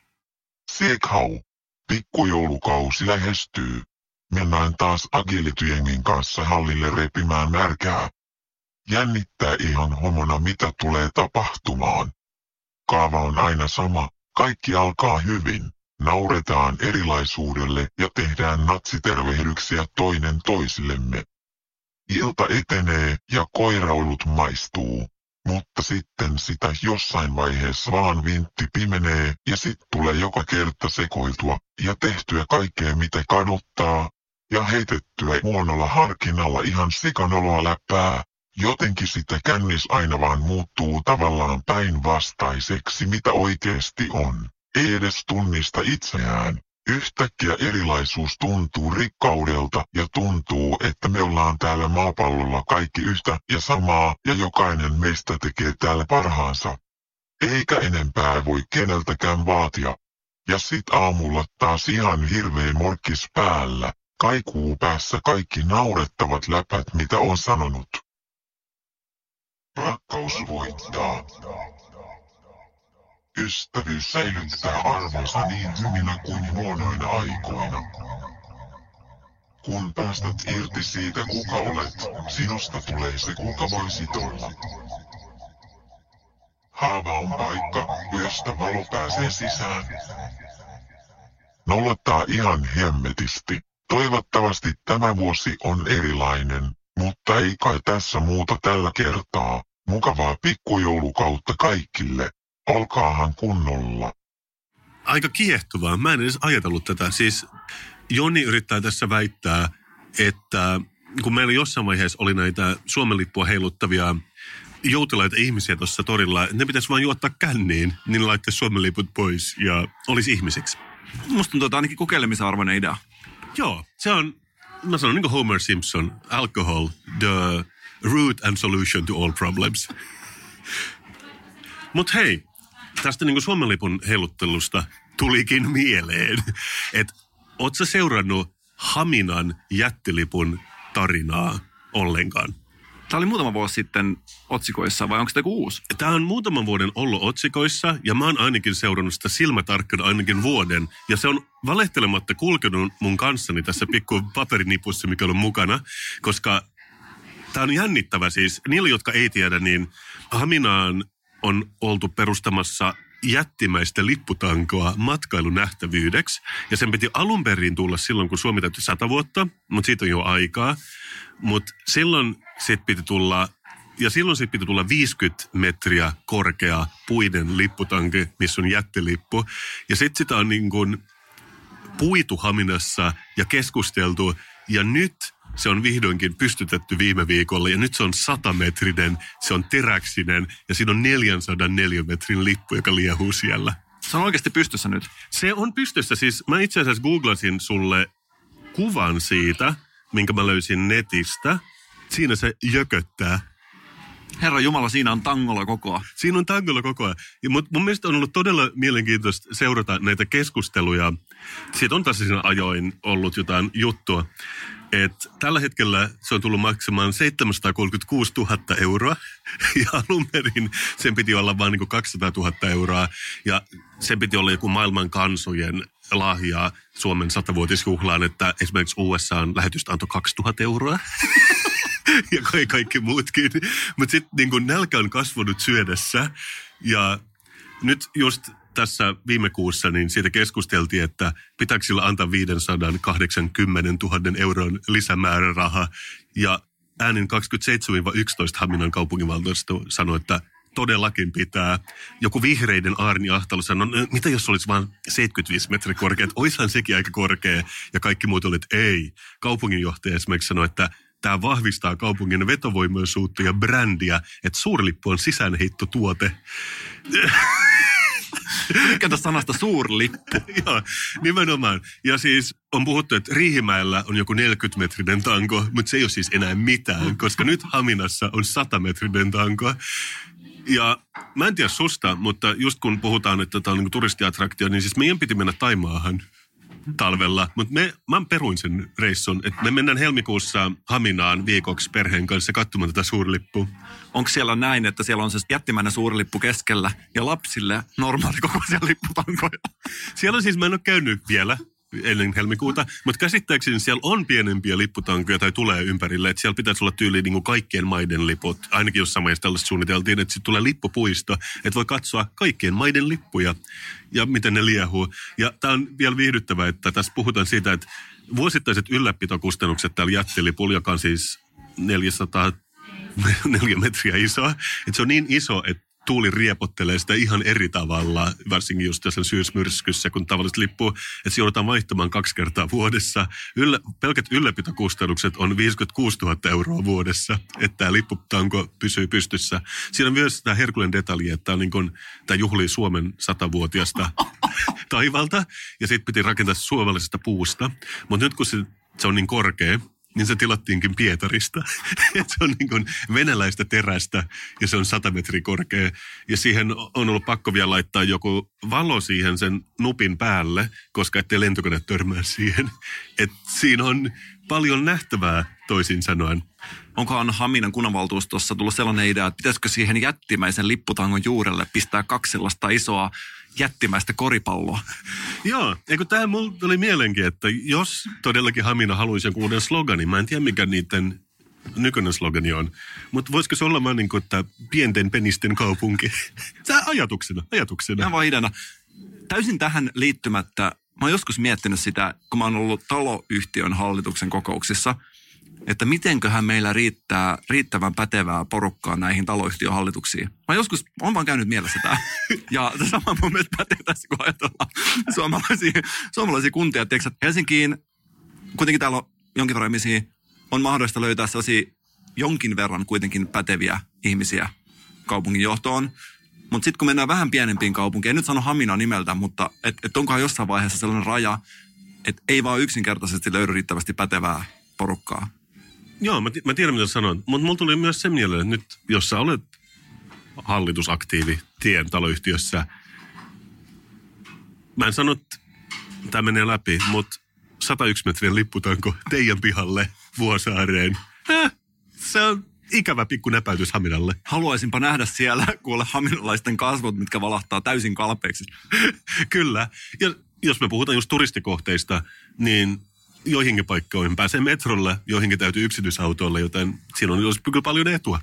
Sekhau, pikkujoulukausi lähestyy. Mennään taas agilityjengin kanssa hallille repimään märkää. Jännittää ihan homona, mitä tulee tapahtumaan. Kaava on aina sama, kaikki alkaa hyvin. Nauretaan erilaisuudelle ja tehdään natsitervehdyksiä toinen toisillemme. Ilta etenee ja koiraulut maistuu, mutta sitten sitä jossain vaiheessa vaan vintti pimenee ja sit tulee joka kerta sekoiltua ja tehtyä kaikkea mitä kaduttaa ja heitettyä huonolla harkinnalla ihan sikanoloa läppää. Jotenkin sitä kännis aina vaan muuttuu tavallaan päinvastaiseksi mitä oikeesti on. Ei edes tunnista itseään. Yhtäkkiä erilaisuus tuntuu rikkaudelta ja tuntuu, että me ollaan täällä maapallolla kaikki yhtä ja samaa ja jokainen meistä tekee täällä parhaansa. Eikä enempää voi keneltäkään vaatia. Ja sit aamulla taas ihan hirveä morkkis päällä. Kaikuu päässä kaikki naurettavat läpät mitä on sanonut. Rakkaus voittaa. Ystävyys säilyttää arvonsa niin hyvinä kuin huonoina aikoina. Kun päästät irti siitä kuka olet, sinusta tulee se kuka voisit olla. Haava on paikka, josta valo pääsee sisään. Nolottaa ihan hemmetisti. Toivottavasti tämä vuosi on erilainen, mutta ei kai tässä muuta tällä kertaa. Mukavaa pikkujoulukautta kaikille. Olkaahan kunnolla. Aika kiehtovaa. Mä en edes ajatellut tätä. Siis Joni yrittää tässä väittää, että kun meillä jossain vaiheessa oli näitä Suomen lippua heiluttavia joutilaita ihmisiä tuossa torilla, ne pitäisi vaan juottaa känniin, niin ne laittaisi Suomen liput pois ja olisi ihmisiksi. Musta tuntuu, että ainakin kokeilemisen arvoinen idea. Joo, se on, mä sanon niin kuin Homer Simpson, alcohol, the root and solution to all problems. Mut hei, tästä niin kuin Suomen lipun heiluttelusta tulikin mieleen, että oot sä seurannut Haminan jättilipun tarinaa ollenkaan? Tämä oli muutama vuosi sitten otsikoissa, vai onko tämä uusi? Tämä on muutaman vuoden ollut otsikoissa, ja mä oon ainakin seurannut sitä silmätarkkana ainakin vuoden. Ja se on valehtelematta kulkenut mun kanssani tässä pikku paperinipussa, mikä on mukana, koska tämä on jännittävä siis. Niille, jotka ei tiedä, niin Haminaan on oltu perustamassa jättimäistä lipputankoa matkailunähtävyydeksi. Ja sen piti alun perin tulla silloin, kun Suomi täytyi 100 vuotta, mutta siitä on jo aikaa. Mutta silloin siitä piti tulla 50 metriä korkea puinen lipputanki, missä on jättilippu. Ja sitten sitä on niin kuin puitu Haminassa ja keskusteltu. Ja nyt se on vihdoinkin pystytetty viime viikolla ja nyt se on 100-metrinen, se on teräksinen ja siinä on 404 metrin lippu, joka liehuu siellä. Se on oikeasti pystyssä nyt? Se on pystyssä. Siis mä itse asiassa googlasin sulle kuvan siitä, minkä mä löysin netistä. Siinä se jököttää. Herra Jumala, siinä on tangolla kokoa. Siinä on tangolla kokoa. Mutta mun mielestä on ollut todella mielenkiintoista seurata näitä keskusteluja. Siitä on tässä siinä ajoin ollut jotain juttua. Että tällä hetkellä se on tullut maksamaan 736 000 euroa ja alun perin sen piti olla vain niin 200 000 euroa ja sen piti olla joku maailman kansojen lahja Suomen 100-vuotisjuhlaan, että esimerkiksi USA:n lähetystä antoi 2000 euroa ja kaikki muutkin. Mutta sitten niin nälkä on kasvanut syödessä ja nyt just tässä viime kuussa niin siitä keskusteltiin, että pitääkö sillä antaa 580 000 euron lisämääräraha. Ja äänin 27-11 Haminan kaupunginvaltuusto sanoi, että todellakin pitää. Joku vihreiden Aarni Ahtalo sanoi, no, mitä jos olisi vain 75 metriä korkea, että oishan sekin aika korkea. Ja kaikki muut olivat, että ei. Kaupunginjohtaja esimerkiksi sanoi, että tämä vahvistaa kaupungin vetovoimaisuutta ja brändiä, että suurlippu on sisäänheittotuote. Mikä tästä sanasta suurlippu? Joo, nimenomaan. Ja siis on puhuttu, että Riihimäellä on joku 40-metrinen tanko, mutta se ei ole siis enää mitään, koska nyt Haminassa on 100-metrinen tanko. Ja mä en tiedä susta, mutta just kun puhutaan, että tämä on niin turistiattraktio, niin siis meidän piti mennä Taimaahan talvella. Mutta mä peruin sen reissun, että me mennään helmikuussa Haminaan viikoksi perheen kanssa katsomaan tätä suurlippua. Onko siellä näin, että siellä on se jättimäinen suurlippu keskellä ja lapsille normaali kokoisia lipputankoja? Siellä on siis, mä en ole käynyt vielä ennen helmikuuta, mutta käsittääkseni siellä on pienempiä lipputankoja tai tulee ympärille, että siellä pitäisi olla tyyliin niin kuin kaikkien maiden liput. Ainakin jossain vaiheessa tällaista suunniteltiin, että sitten tulee lippupuisto, että voi katsoa kaikkien maiden lippuja ja miten ne liehuu. Ja tämä on vielä viihdyttävää, että tässä puhutaan siitä, että vuosittaiset ylläpitokustannukset täällä jättilipulla, joka on siis 404 metriä iso, että se on niin iso, että tuuli riepottelee sitä ihan eri tavalla, varsinkin just tässä syysmyrskyssä, kun tavallisesti lippuu, että se joudutaan vaihtamaan 2 kertaa vuodessa. Pelkät ylläpitokustannukset on 56 000 euroa vuodessa, että tämä lipputanko pysyy pystyssä. Siinä on myös tämä herkullinen detalji, että tämä, niin kuin, tämä juhlii Suomen 100-vuotiasta taivalta, ja sitten piti rakentaa suomalaisesta puusta. Mutta nyt kun se on niin korkea, niin se tilattiinkin Pietarista. Se on niin kuin venäläistä terästä ja se on 100 metriä korkea. Ja siihen on ollut pakko vielä laittaa joku valo siihen sen nupin päälle, koska ettei lentokone törmää siihen. Et siinä on paljon nähtävää toisin sanoen. Onkohan Haminan kunnanvaltuustossa tullut sellainen idea, että pitäisikö siihen jättimäisen lipputangon juurelle pistää 2 sellaista isoa jättimäistä koripalloa? Joo, eikö tämä mulla tuli mielenkin, että jos todellakin Hamina haluaisi joku uuden sloganin, mä en tiedä mikä niiden nykyinen slogani on, mutta voisiko se olla vaan niin kuin, että pienten penisten kaupunki? Tämä ajatuksena. Ihan vaan ideana. Täysin tähän liittymättä, mä oon joskus miettinyt sitä, kun mä oon ollut taloyhtiön hallituksen kokouksissa, että mitenköhän meillä riittää riittävän pätevää porukkaa näihin taloyhtiön hallituksiin. Mä joskus on vaan käynyt mielessä tämä. Ja sama mun mielestä pätee tässä, kun ajatellaan suomalaisia kuntia. Tiedätkö, Helsinkiin, kuitenkin täällä on jonkin verran ihmisiä, on mahdollista löytää sellaisia jonkin verran kuitenkin päteviä ihmisiä kaupungin johtoon. Mutta sitten kun mennään vähän pienempiin kaupunkiin, en nyt sano Haminaa nimeltä, mutta et onkohan jossain vaiheessa sellainen raja, että ei vaan yksinkertaisesti löydy riittävästi pätevää porukkaa. Joo, mä tiedän mitä sanon, mutta mulla tuli myös se mieleen, että nyt jos sä olet hallitusaktiivi tien taloyhtiössä, mä en sano, että tämä menee läpi, mutta 101 metrien lipputanko teidän pihalle Vuosaareen. Se on ikävä pikku näpäytys Haminalle. Haluaisinpa nähdä siellä kuule haminalaisten kasvot, mitkä valahtaa täysin kalpeiksi. Kyllä. Ja jos me puhutaan just turistikohteista, niin joihinkin paikkoihin pääsee metrolle, joihinkin täytyy yksityisautoille, joten siinä on kyllä paljon etua.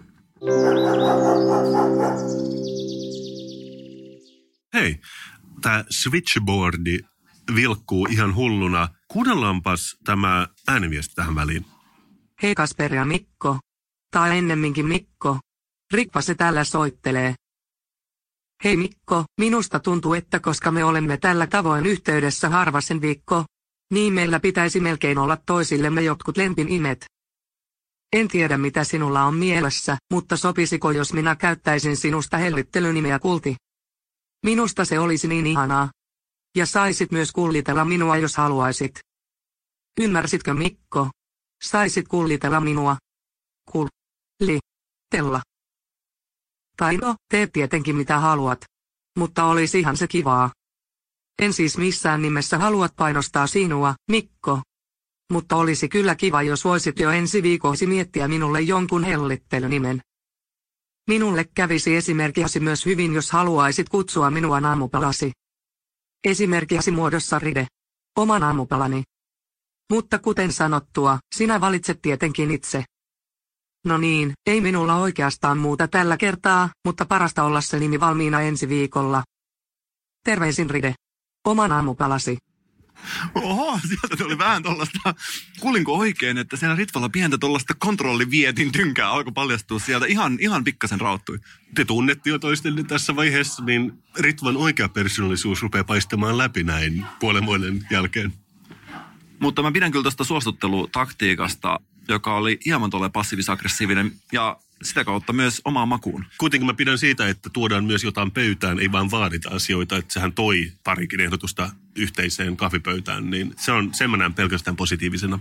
Hei, tämä switchboardi vilkkuu ihan hulluna. Kuunnellaanpas tämä ääniviesti tähän väliin. Hei Kasper ja Mikko. Tai ennemminkin Mikko. Rikpa se täällä soittelee. Hei Mikko, minusta tuntuu, että koska me olemme tällä tavoin yhteydessä harvasen viikko, niin meillä pitäisi melkein olla toisillemme jotkut lempinimet. En tiedä mitä sinulla on mielessä, mutta sopisiko jos minä käyttäisin sinusta hellittelynimeä Kulti? Minusta se olisi niin ihanaa. Ja saisit myös kullitella minua jos haluaisit. Ymmärsitkö Mikko? Saisit kullitella minua. Kullitella. Tai no, tee tietenkin mitä haluat. Mutta olisihan se kivaa. En siis missään nimessä halua painostaa sinua, Mikko. Mutta olisi kyllä kiva jos voisit jo ensi viikoksi miettiä minulle jonkun hellittelunimen. Minulle kävisi esimerkiksi myös hyvin jos haluaisit kutsua minua aamupalasi. Esimerkiksi muodossa Ride. Oman aamupalani. Mutta kuten sanottua, sinä valitset tietenkin itse. No niin, ei minulla oikeastaan muuta tällä kertaa, mutta parasta olla se nimi valmiina ensi viikolla. Terveisin Ride. Oman aamupalasi. Oho, sieltä tuli vähän tollaista. Kuulinko oikein, että siellä Ritvalla pientä tollaista kontrollivietin tynkää alkoi paljastua sieltä. Ihan pikkasen rauttui. Te tunnette jo toistenne tässä vaiheessa, niin Ritvan oikea persoonallisuus rupeaa paistamaan läpi näin puolen vuoden jälkeen. Mutta mä pidän kyllä tuosta suostuttelutaktiikasta, joka oli hieman tuolle passiivis-aggressiivinen ja sitä kautta myös omaan makuun. Kuitenkin mä pidän siitä, että tuodaan myös jotain pöytään, ei vaan vaadita asioita, että sehän toi parikin ehdotusta yhteiseen kahvipöytään, niin sen mä näen pelkästään positiivisena.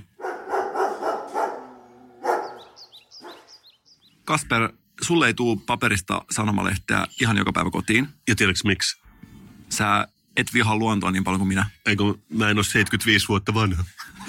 Kasper, sulle ei tuu paperista sanomalehteä ihan joka päivä kotiin. Ja tiedätkö miksi? Sä et vihaa luontoa niin paljon kuin minä. Eikö mä en ole 75 vuotta vanha?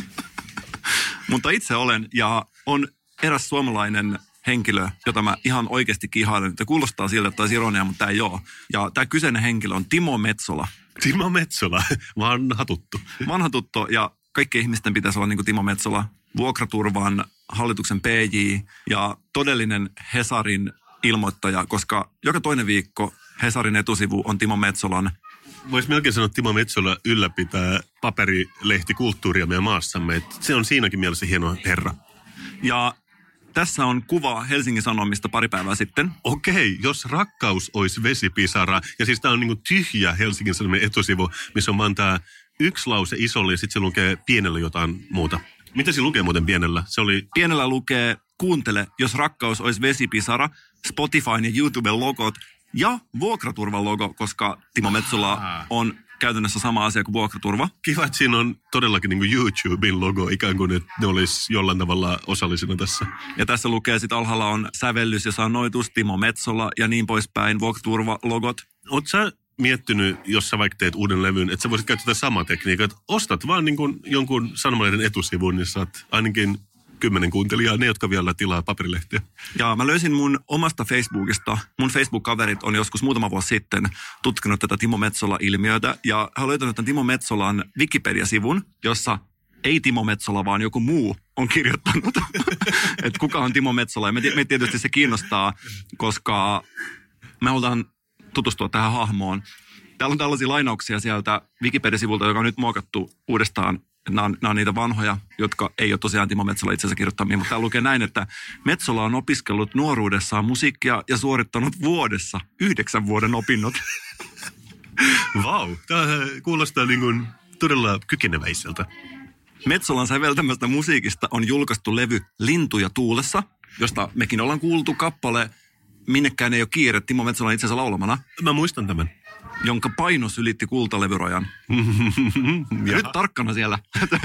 Mutta itse olen ja on eräs suomalainen henkilö, jota mä ihan oikeasti kihailen. Tämä kuulostaa siltä, että olisi ironia, mutta tämä ei ole. Ja tämä kyseinen henkilö on Timo Metsola. Timo Metsola, vanha tuttu. Vanha tuttu ja kaikkien ihmisten pitäisi olla niin kuin Timo Metsola. Vuokraturvan hallituksen PJ ja todellinen Hesarin ilmoittaja, koska joka toinen viikko Hesarin etusivu on Timo Metsolan. Voisi melkein sanoa, että Timo Metsola ylläpitää paperilehtikulttuuria meidän maassamme. Että se on siinäkin mielessä hieno herra. Ja tässä on kuva Helsingin Sanomista pari päivää sitten. Okei, jos rakkaus olisi vesipisara, ja siis tää on niinku tyhjä Helsingin Sanomien etusivu, missä on vaan tää yksi lause isolla ja sitten se lukee pienellä jotain muuta. Mitä se lukee muuten pienellä? Pienellä lukee, kuuntele, jos rakkaus olisi vesipisara, Spotifyn ja YouTuben logot ja vuokraturvan logo, koska Timo Metsola on käytännössä sama asia kuin vuokraturva. Kiva, että siinä on todellakin niin kuin YouTuben logo, ikään kuin ne olisi jollain tavalla osallisena tässä. Ja tässä lukee sitten alhaalla on sävellys ja sanoitus, Timo Metsola ja niin poispäin, vuokraturva-logot. Oletko sä miettinyt, jos sä vaikka teet uuden levyn, että sä voisit käyttää samaa tekniikkaa, että ostat vaan niin kuin jonkun sanomalehden etusivun, niin saat ainakin 10 kuuntelijaa, ne jotka vielä tilaa paperilehtiä. Ja mä löysin mun omasta Facebookista, mun Facebook-kaverit on joskus muutama vuosi sitten tutkinut tätä Timo Metsola-ilmiötä, ja hän on löytänyt tämän Timo Metsolan Wikipedia-sivun, jossa ei Timo Metsola, vaan joku muu on kirjoittanut, että kuka on Timo Metsola. Ja me tietysti se kiinnostaa, koska me halutaan tutustua tähän hahmoon. Täällä on tällaisia lainauksia sieltä Wikipedia-sivulta, joka on nyt muokattu uudestaan. Nämä on niitä vanhoja, jotka ei ole tosiaan Timo Metsola itse asiassa kirjoittamia, mutta täällä lukee näin, että Metsola on opiskellut nuoruudessaan musiikkia ja suorittanut vuodessa 9 vuoden opinnot. Vau, tämä kuulostaa niin kuin todella kykeneväiseltä. Metsolan säveltämästä musiikista on julkaistu levy Lintuja tuulessa, josta mekin ollaan kuultu kappale Minnekään ei ole kiire, Timo Metsolan itse asiassa laulamana. Mä muistan tämän. Jonka painos ylitti kultalevyrajan. Nyt tarkkana siellä.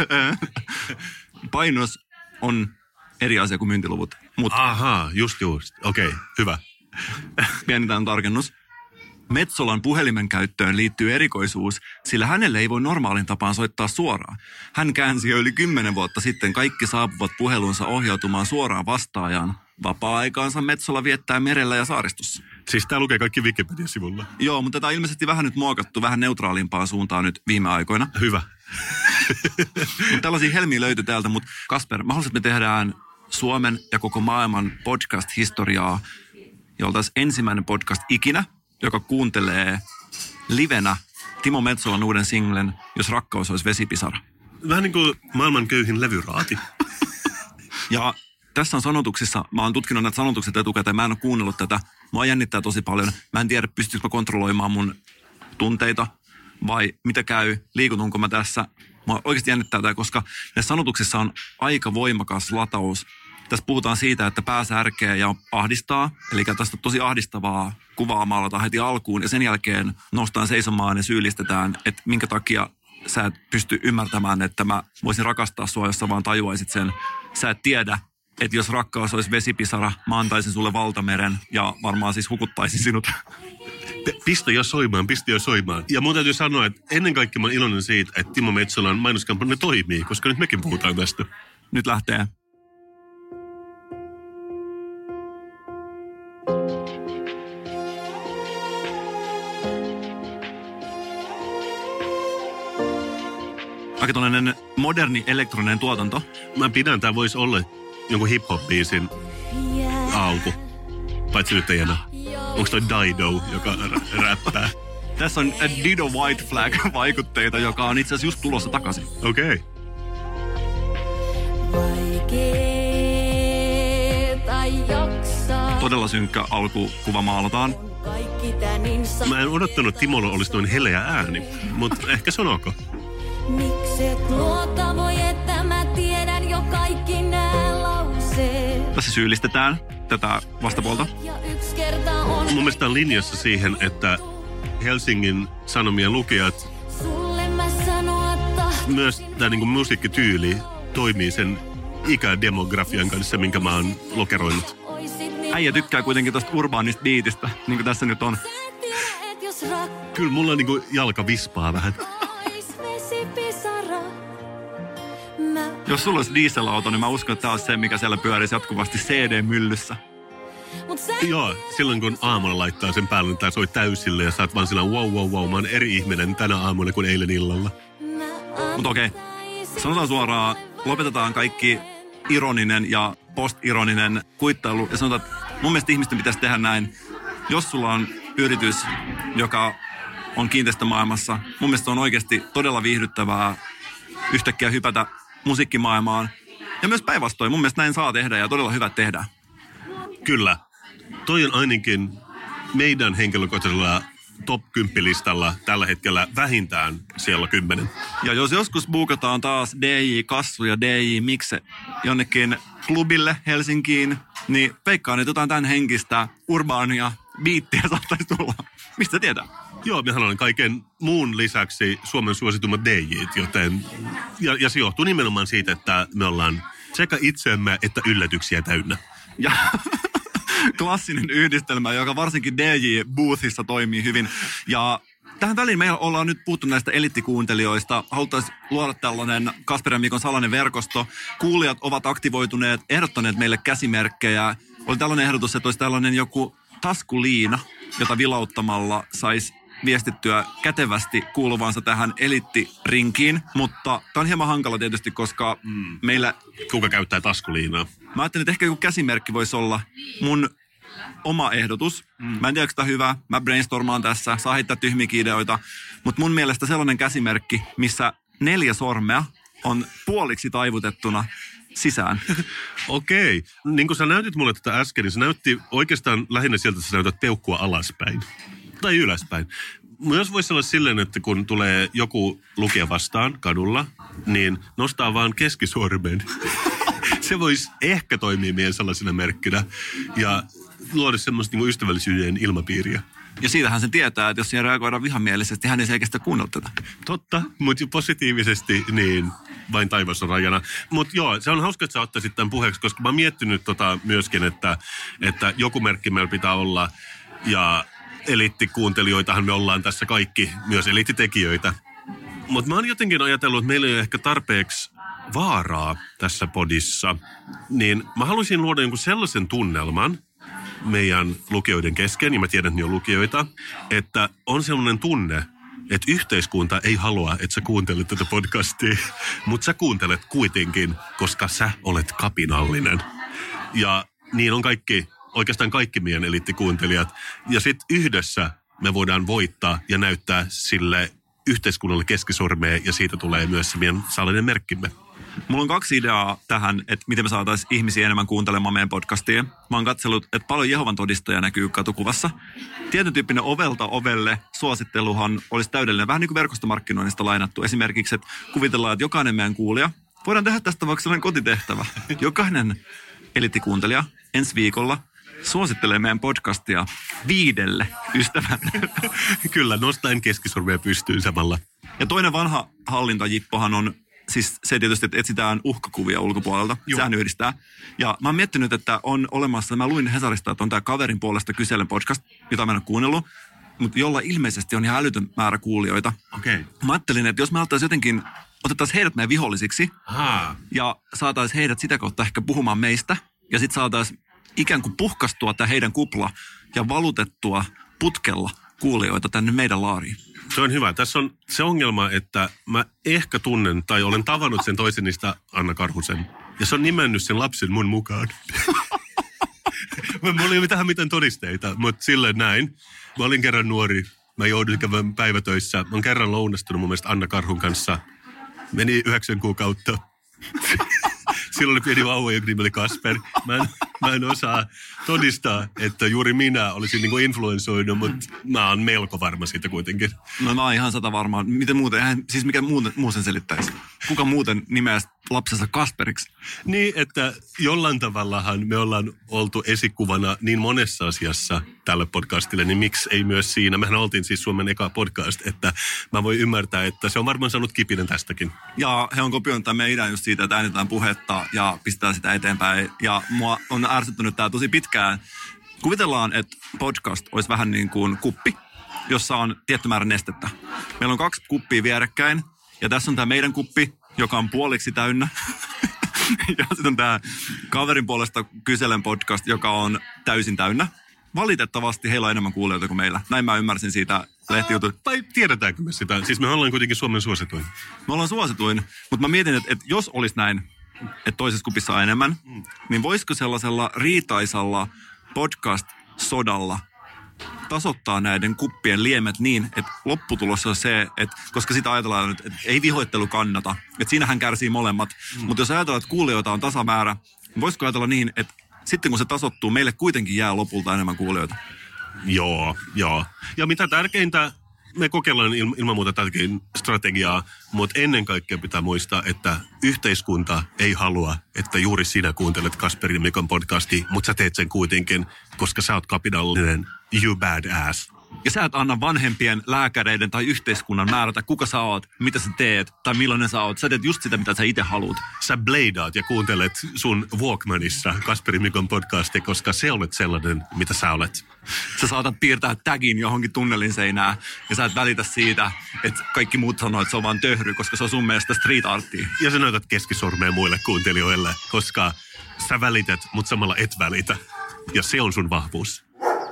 Painos on eri asia kuin myyntiluvut. Ahaa, just. Okei, hyvä. Pienitään tarkennus. Metsolan puhelimen käyttöön liittyy erikoisuus, sillä hänelle ei voi normaalin tapaan soittaa suoraan. Hän käänsi jo yli 10 vuotta sitten kaikki saapuvat puhelunsa ohjautumaan suoraan vastaajaan. Vapaa-aikaansa Metsola viettää merellä ja saaristossa. Siis tää lukee kaikki Wikipedia-sivulla. Joo, mutta tämä on ilmeisesti vähän nyt muokattu, vähän neutraalimpaan suuntaan nyt viime aikoina. Hyvä. Tällaisia helmiä löytyi täältä, mutta Kasper, mä haluaisin, että me tehdään Suomen ja koko maailman podcast-historiaa, jolta ensimmäinen podcast ikinä, joka kuuntelee livenä Timo Metsolan uuden singlen, Jos rakkaus olisi vesipisara. Vähän niin kuin maailman köyhin levyraati. Ja tässä on sanotuksissa, mä oon tutkinut näitä sanotukset etukäteen, mä en ole kuunnellut tätä. Mua jännittää tosi paljon. Mä en tiedä, pystyykö mä kontrolloimaan mun tunteita vai mitä käy, liikutunko mä tässä. Mua oikeasti jännittää tämä, koska näissä sanotuksissa on aika voimakas lataus. Tässä puhutaan siitä, että pää särkee ja ahdistaa. Eli tästä on tosi ahdistavaa kuvaa maalata heti alkuun ja sen jälkeen noustaan seisomaan ja syyllistetään, että minkä takia sä et pysty ymmärtämään, että mä voisin rakastaa sua, jos sä vaan tajuaisit sen. Sä et tiedä, että jos rakkaus olisi vesipisara, mä antaisin sulle valtameren ja varmaan siis hukuttaisin sinut. Pistä jo soimaan. Ja mun täytyy sanoa, että ennen kaikkea mä oon iloinen siitä, että Timo Metsolan mainoskampanja toimii, koska nyt mekin puhutaan tästä. Nyt lähtee. Aika tuollainen moderni elektroninen tuotanto. Mä pidän, tää voisi olla jonkun hip-hop-biisin alku. Paitsi nyt ei enää. Onko toi Dido, joka räppää? Tässä on Dido White Flag-vaikutteita, joka on itse asiassa just tulossa takaisin. Okei. Todella synkkä alkukuva maalataan. Mä en odottanut, että Timolla olisi noin heleä ääni, mutta ehkä se on ok. Mikset luota voi, että mä tiedän jo kaikki nää lauseet. Tässä syyllistetään tätä vastapuolta. Ja yksi kerta on Mun mielestä on linjassa siihen, että Helsingin Sanomien lukijat, sulle mä sanoa tahto. myös tämä niinku musiikkityyli toimii sen ikädemografian kanssa, minkä mä oon lokeroinut. Oisit niin Äijä tykkää kuitenkin tosta urbaanista biitistä, niin kuin tässä nyt on. sä tiedät, jos rakkaus Kyllä mulla niinku jalka vispaa vähän. ois vesipisara. Mä Jos sulla olisi dieselauto, niin mä uskon, että tää olisi se, mikä siellä pyörisi jatkuvasti CD-myllyssä. mut sä Joo, silloin kun aamulla laittaa sen päälle, niin tää soi täysille ja sä oot vaan sillä wow, mä oon eri ihminen tänä aamuna kuin eilen illalla. Mutta okei, sanotaan suoraan, lopetetaan kaikki ironinen ja postironinen kuittailu ja sanotaan, että mun mielestä ihmisten pitäisi tehdä näin. Jos sulla on yritys, joka on kiinteistömaailmassa, mun mielestä on oikeasti todella viihdyttävää yhtäkkiä hypätä musiikkimaailmaan. Ja myös päinvastoin, mun mielestä näin saa tehdä ja todella hyvä tehdä. Kyllä. Toi on ainakin meidän henkilökohtaisella top 10-listalla tällä hetkellä vähintään siellä 10. Ja jos joskus buukataan taas DJ Kassu ja DJ Mikse jonnekin klubille Helsinkiin, niin veikkaan, että jotain tämän henkistä urbaania biittiä saattaisi tulla. Mistä tietää? Joo, mehän on kaiken muun lisäksi Suomen suositummat DJt, joten... Ja se johtuu nimenomaan siitä, että me ollaan sekä itsemme että yllätyksiä täynnä. Ja klassinen yhdistelmä, joka varsinkin DJ-boothissa toimii hyvin. Ja tähän väliin me ollaan nyt puhuttu näistä eliittikuuntelijoista. Haluttaisiin luoda tällainen Kasper ja Mikon salainen verkosto. Kuulijat ovat aktivoituneet, ehdottaneet meille käsimerkkejä. Oli tällainen ehdotus, että olisi tällainen joku taskuliina, jota vilauttamalla saisi viestittyä kätevästi kuuluvansa tähän eliittirinkiin. Mutta tämä on hieman hankala tietysti, koska meillä... Kuka käyttää taskuliinaa? Mä ajattelin, että ehkä joku käsimerkki voisi olla mun oma ehdotus. Mä en tiedä, onko tämä hyvä. Mä brainstormaan tässä, saa heittää tyhmiäkin ideoita. Mutta mun mielestä sellainen käsimerkki, missä 4 sormea on puoliksi taivutettuna sisään. Okei. Niin kuin sä näytit mulle tätä äsken, niin se näytti oikeastaan lähinnä sieltä, että sä näytät peukkua alaspäin. Tai ylöspäin. Myös voisi olla silleen, että kun tulee joku lukija vastaan kadulla, niin nostaa vaan keskisormen. Se voisi ehkä toimia meidän sellaisena merkkinä ja luoda semmoista niin ystävällisyyden ilmapiiriä. Ja siitähän sen tietää, että jos siihen reagoidaan vihamielisesti, hän ei selkeästi kuunnella tätä. Totta, mutta positiivisesti niin vain taivas on rajana. Mutta joo, se on hauska, että sä ottaisit tämän puheeksi, koska mä oon miettinyt myöskin, että joku merkki meillä pitää olla ja eliittikuuntelijoitahan me ollaan tässä kaikki, myös eliittitekijöitä. Mutta mä oon jotenkin ajatellut, että meillä ei ole ehkä tarpeeksi vaaraa tässä podissa, niin mä haluaisin luoda jonkun sellaisen tunnelman meidän lukijoiden kesken, ja mä tiedän, että ne on lukijoita, että on sellainen tunne, että yhteiskunta ei halua, että sä kuuntelet tätä podcastia, mutta sä kuuntelet kuitenkin, koska sä olet kapinallinen. Ja niin on oikeastaan kaikki meidän eliittikuuntelijat. Ja sitten yhdessä me voidaan voittaa ja näyttää sille yhteiskunnalle keskisormea, ja siitä tulee myös se meidän salainen merkkimme. Mulla on 2 ideaa tähän, että miten me saataisiin ihmisiä enemmän kuuntelemaan meidän podcastia. Mä oon katsellut, että paljon Jehovan todistajia näkyy katukuvassa. Tietyn tyyppinen ovelta ovelle suositteluhan olisi täydellinen, vähän niin kuin verkostomarkkinoinnista lainattu. Esimerkiksi, että kuvitellaan, että jokainen meidän kuulija, voidaan tehdä tästä vaikka sellainen kotitehtävä. Jokainen eliittikuuntelija ensi viikolla suosittelee meidän podcastia 5 ystävälle. Kyllä, nostaen keskisormea pystyyn samalla. Ja toinen vanha hallintajippohan on siis se tietysti, että etsitään uhkakuvia ulkopuolelta. Joo. Sehän yhdistää. Ja mä oon miettinyt, että on olemassa, mä luin Hesarista, että on tää Kaverin puolesta kyselen podcast, jota mä en ole kuunnellut, mutta jolla ilmeisesti on ihan älytön määrä kuulijoita. Okei. Mä ajattelin, että jos me otettaisiin heidät meidän vihollisiksi ja saataisiin heidät sitä kautta ehkä puhumaan meistä ja sitten saataisiin ikään kuin puhkastua tämä heidän kupla ja valutettua putkella kuulijoita tänne meidän laariin. Se on hyvä. Tässä on se ongelma, että mä ehkä tunnen tai olen tavannut sen toisen niistä Anna Karhusen. Ja se on nimennyt sen lapsen mun mukaan. Mulla ei ole tähän mitään todisteita, mutta silleen näin. Mä olin kerran nuori Mä joudun käymään päivätöissä. Mä oon kerran lounastunut mun mielestä Anna Karhun kanssa. Meni 9 kuukautta. Silloin oli pieni vauva, joka nimi oli Kasper. Mä en osaa todistaa, että juuri minä olisin niinku influensoinut, mutta mä oon melko varma siitä kuitenkin. No mä oon ihan 100 varmaan. Miten muuten, siis mikä muu sen selittäisi? Kuka muuten nimeää lapsensa Kasperiksi? Niin, että jollain tavallahan me ollaan oltu esikuvana niin monessa asiassa tälle podcastille, niin miksi ei myös siinä? Mehän oltiin siis Suomen eka podcast, että mä voin ymmärtää, että se on varmaan saanut kipinen tästäkin. Ja he on kopioinut tämän meidän just siitä, että äänitetään puhetta ja pistetään sitä eteenpäin. Ja mua on ärsyttänyt tää tosi pitkään. Kuvitellaan, että podcast olisi vähän niin kuin kuppi, jossa on tietty määrä nestettä. Meillä on 2 kuppia vierekkäin. Ja tässä on tämä meidän kuppi, joka on puoliksi täynnä. Ja sitten on tämä kaverin puolesta kyselen podcast, joka on täysin täynnä. Valitettavasti heillä on enemmän kuulijoita kuin meillä. Näin mä ymmärsin siitä lehtijutun. Tai tiedetäänkö me sitä? Siis me ollaan kuitenkin Suomen suosituin. Me ollaan suosituin, mutta mä mietin, että jos olisi näin, että toisessa kupissa on enemmän, niin voisiko sellaisella riitaisalla podcast-sodalla tasoittaa näiden kuppien liemet niin, että lopputulossa on se, että koska sitä ajatellaan nyt, että ei vihoittelu kannata, että siinähän kärsii molemmat, mutta jos ajatellaan, että kuulijoita on tasamäärä, niin voisiko ajatella niin, että sitten kun se tasoittuu, meille kuitenkin jää lopulta enemmän kuulijoita? Joo. Ja mitä tärkeintä, me kokeillaan ilman muuta tätäkin strategiaa, mutta ennen kaikkea pitää muistaa, että yhteiskunta ei halua, että juuri sinä kuuntelet Kasperin Mikon podcastia, mutta sä teet sen kuitenkin, koska sä oot kapinallinen you badass. Ja sä et anna vanhempien, lääkäreiden tai yhteiskunnan määrätä, kuka sä oot, mitä sä teet tai millainen sä oot. Sä teet just sitä, mitä sä itse haluat. Sä bladeaat ja kuuntelet sun Walkmanissa Kasperin Mikon podcastia, koska se olet sellainen, mitä sä olet. Sä saatat piirtää tagin johonkin tunnelin seinään ja sä et välitä siitä, että kaikki muut sanoo, että se on vaan töhry, koska se on sun mielestä street artia. Ja sä näytät keskisormea muille kuuntelijoille, koska sä välität, mutta samalla et välitä. Ja se on sun vahvuus.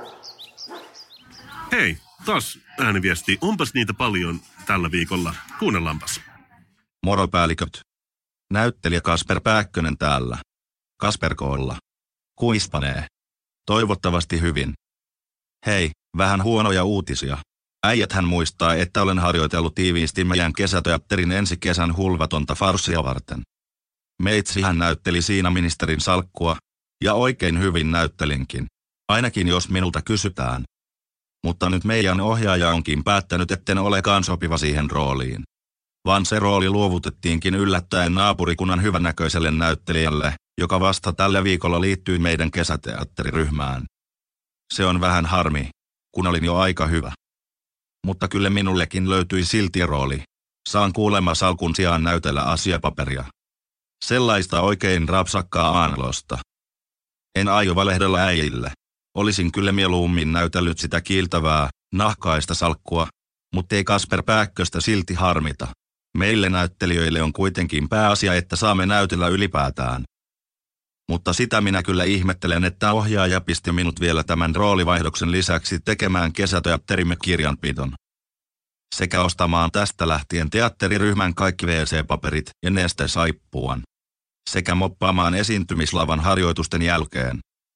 Hei, taas ääniviesti. Onpas niitä paljon tällä viikolla. Kuunnellaanpas. Moro päälliköt. Näyttelijä Kasper Pääkkönen täällä. Kasper koolla. Kuispanee. Toivottavasti hyvin. Hei, vähän huonoja uutisia. Äijäthän muistaa, että olen harjoitellut tiiviisti meidän kesäteatterin ensi kesän hulvatonta farssia varten. Meitsihän näytteli siinä ministerin salkkua, ja oikein hyvin näyttelinkin. Ainakin jos minulta kysytään. Mutta nyt meidän ohjaaja onkin päättänyt, etten olekaan sopiva siihen rooliin. Vaan se rooli luovutettiinkin yllättäen naapurikunnan hyvännäköiselle näyttelijälle, joka vasta tällä viikolla liittyy meidän kesäteatteriryhmään. Se on vähän harmi, kun olin jo aika hyvä. Mutta kyllä minullekin löytyi silti rooli. Saan kuulemma salkun sijaan näytellä asiapaperia. Sellaista oikein rapsakkaa aanlosta. En aio valehdella äijille. Olisin kyllä mieluummin näytellyt sitä kiiltävää, nahkaista salkkua, mutta ei Kasper Pääkköstä silti harmita. Meille näyttelijöille on kuitenkin pääasia, että saamme näytellä ylipäätään. Mutta sitä minä kyllä ihmettelen, että ohjaaja pisti minut vielä tämän roolivaihdoksen lisäksi tekemään kesäteatterimme kirjanpidon. Sekä ostamaan tästä lähtien teatteriryhmän kaikki WC-paperit ja nestesaippuan. Sekä moppaamaan esiintymislavan harjoitusten jälkeen.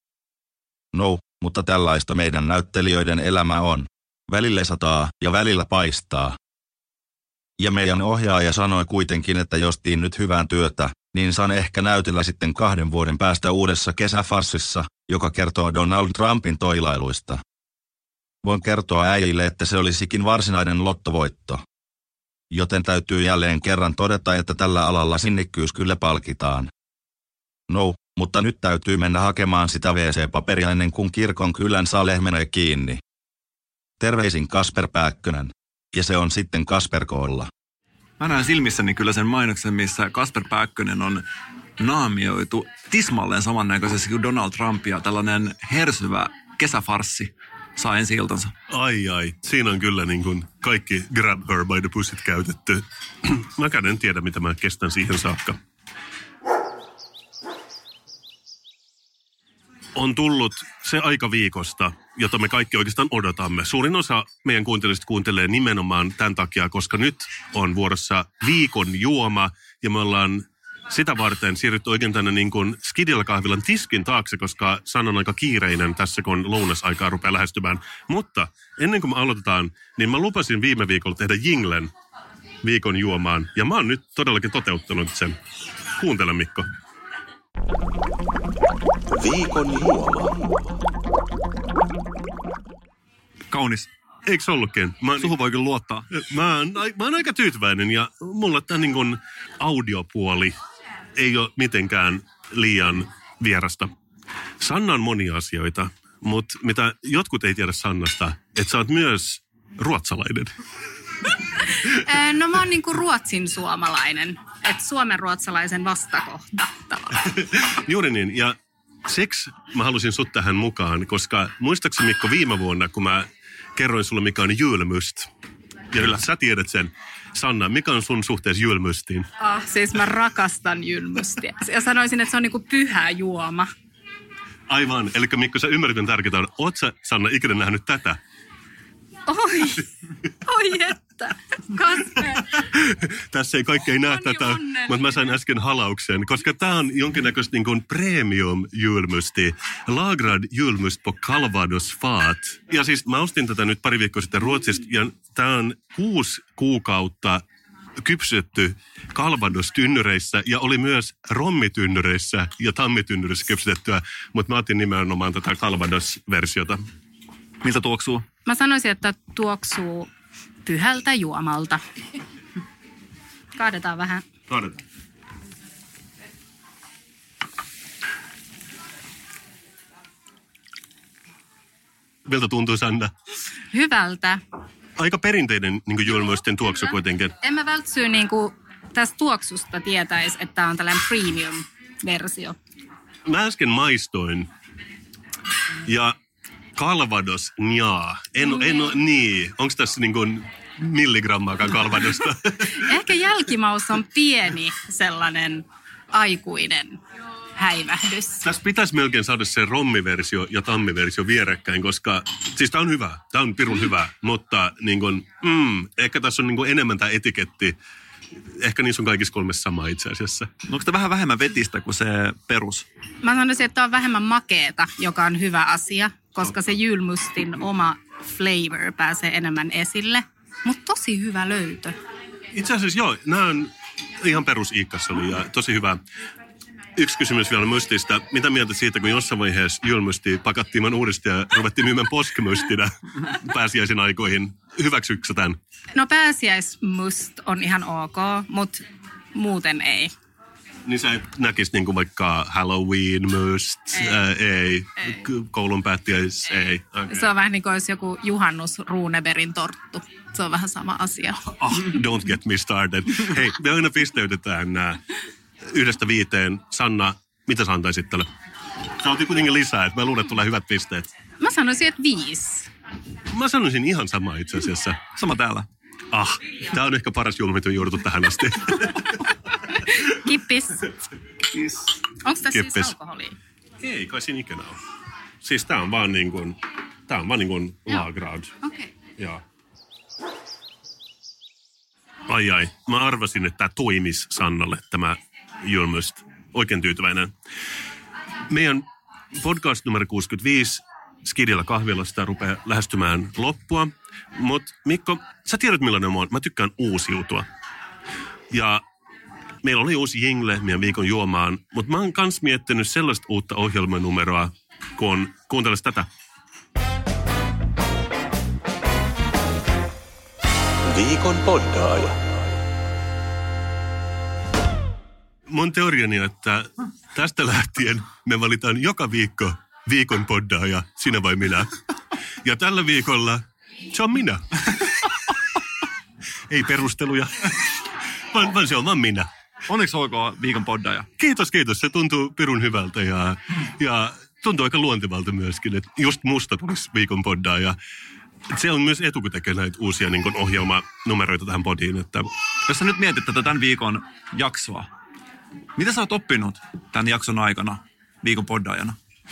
No, mutta tällaista meidän näyttelijöiden elämä on. Välillä sataa ja välillä paistaa. Ja meidän ohjaaja sanoi kuitenkin, että jos tiin nyt hyvää työtä, niin saan ehkä näytellä sitten 2 vuoden päästä uudessa kesäfarssissa, joka kertoo Donald Trumpin toilailuista. Voin kertoa äijille, että se olisikin varsinainen lottovoitto. Joten täytyy jälleen kerran todeta, että tällä alalla sinnikkyys kyllä palkitaan. No, mutta nyt täytyy mennä hakemaan sitä WC-paperia ennen kuin kirkon kylän sale menee kiinni. Terveisin Kasper Pääkkönen. Ja se on sitten Kasper koolla. Mä näen silmissäni kyllä sen mainoksen, missä Kasper Pääkkönen on naamioitu tismalleen samannäköisesti kuin Donald Trump ja tällainen hersyvä kesäfarssi saa ensi-iltansa. Ai, siinä on kyllä niin kuin kaikki grab her by the pussyt käytetty. Mäkään en tiedä, mitä mä kestän siihen saakka. On tullut se aika viikosta, jota me kaikki oikeastaan odotamme. Suurin osa meidän kuuntelijoista kuuntelee nimenomaan tämän takia, koska nyt on vuorossa viikon juoma ja me ollaan sitä varten siirrytty oikein tänne niin kuin Skidillä kahvilan tiskin taakse, koska Sanna on aika kiireinen tässä, kun lounasaikaa rupeaa lähestymään. Mutta ennen kuin me aloitetaan, niin mä lupasin viime viikolla tehdä jinglen viikon juomaan. Ja mä oon nyt todellakin toteuttanut sen. Kuuntele, Mikko. Viikon juoma. Kaunis. Eikö se ollutkin? Suhun voi kyllä luottaa. Mä oon aika tyytyväinen ja mulla tämä niin kuin audiopuoli ei ole mitenkään liian vierasta. Sanna on monia asioita, mutta mitä jotkut ei tiedä Sannasta, että sä oot myös ruotsalainen. No mä oon niinku ruotsin suomalainen, että suomen ruotsalaisen vastakohta tavallaan. Juuri niin, ja siksi mä halusin sut tähän mukaan, koska muistaakseni Mikko viime vuonna, kun mä kerroin sulle mikä on julmust, ja kyllä sä tiedät sen. Sanna, mikä on sun suhteessa julmustiin? Siis mä rakastan julmustia. Ja sanoisin, että se on niinku pyhä juoma. Aivan, eli Mikko sä ymmärrät tärkeää on, oot sä Sanna ikinä nähnyt tätä? Oi että, Kasper. Tässä ei kaikki ei näe tätä, mutta mä sain äsken halauksen, koska tää on jonkinnäköistä niin kuin premium-julmusti. Lagrad julmust på Calvados-fat. Ja siis mä ostin tätä nyt pari viikkoa sitten Ruotsista, ja tää on 6 kuukautta kypsytty Calvados-tynnyreissä, ja oli myös rommitynnyreissä ja tammitynnyreissä kypsytettyä, mutta mä otin nimenomaan tätä Calvados-versiota. Miltä tuoksuu? Mä sanoisin, että tuoksuu pyhältä juomalta. Kaadetaan vähän. Kaadetaan. Miltä tuntuu, Sanna? Hyvältä. Aika perinteinen niin julmuisten tuoksu kuitenkin. En mä vältsyä tästä tuoksusta tietäisi, että tää on tällainen premium-versio. Mä äsken maistoin ja Calvados, njaa. En ole niin. Onko tässä niin kuin milligrammaakaan Calvadosta? Ehkä jälkimaus on pieni sellainen aikuinen häivähdys. Tässä pitäisi melkein saada se rommiversio ja tammiversio vierekkäin, koska siis tää on hyvä. Tää on pirun hyvä, mutta niin kuin, ehkä tässä on niin kuin enemmän tää etiketti. Ehkä niissä on kaikissa 3 sama itse asiassa. Onko tämä vähän vähemmän vetistä kuin se perus? Mä sanoisin, että on vähemmän makeeta, joka on hyvä asia, koska se julmustin oma flavor pääsee enemmän esille. Mutta tosi hyvä löytö. Itse asiassa joo, nämä on ihan perus Iikkassa oli ja tosi hyvä. Yksi kysymys vielä mustista. Mitä mieltä siitä, kun jossain vaiheessa julmusti pakattiin uudestaan ja ruvettiin myymään poskimustina pääsiäisen aikoihin? Hyväksyksä tämän? No pääsiäismust on ihan ok, mutta muuten ei. Niin sä et näkisi niinku vaikka Halloween must, ei. Koulun päättiäis, ei. Okay. Se on vähän niin kuin olisi joku juhannus Runebergin torttu. Se on vähän sama asia. Don't get me started. Hei, me aina pisteytetään nämä 1-5. Sanna, mitä sä antaisit tälle? Sä otit kuitenkin lisää, että mä luulen, että tulee hyvät pisteet. Mä sanoisin, että 5. Mä sanoisin ihan sama itse asiassa. Sama täällä. Tää on ehkä paras julma, mitä on jouduttu tähän asti. Kippis. Onko tässä Kippis. siis alkoholia? Ei, kai siinä ikinä ole. Siis tää on vaan niin kuin lagrad. Okei. Joo. Ai. Mä arvasin, että tää toimisi Sannalle, tämä julmust. Oikein tyytyväinen. Meidän podcast numero 65 Skidillä kahvilasta rupeaa lähestymään loppua. Mutta Mikko, sä tiedät millainen mä oon. Mä tykkään uusiutua. Ja meillä oli uusi jingle meidän viikon juomaan, mutta mä oon kans miettinyt sellaista uutta ohjelmanumeroa, kun kuuntelis tätä. Viikon poddaaja. Mun teoriani, että tästä lähtien me valitaan joka viikko viikon poddaaja, sinä vai minä. Ja tällä viikolla se on minä. Ei perusteluja, vaan se on vaan minä. Onneksi olkoon viikon poddaaja. Kiitos. Se tuntuu pirun hyvältä ja tuntuu aika luontevalta myöskin, että just musta tulisi viikon poddaaja. Se on myös etu, kun tekee näitä uusia niin kuin ohjelmanumeroita tähän podiin. Että... Jos sä nyt mietit tätä tämän viikon jaksoa, mitä sä oot oppinut tämän jakson aikana viikon poddaajana?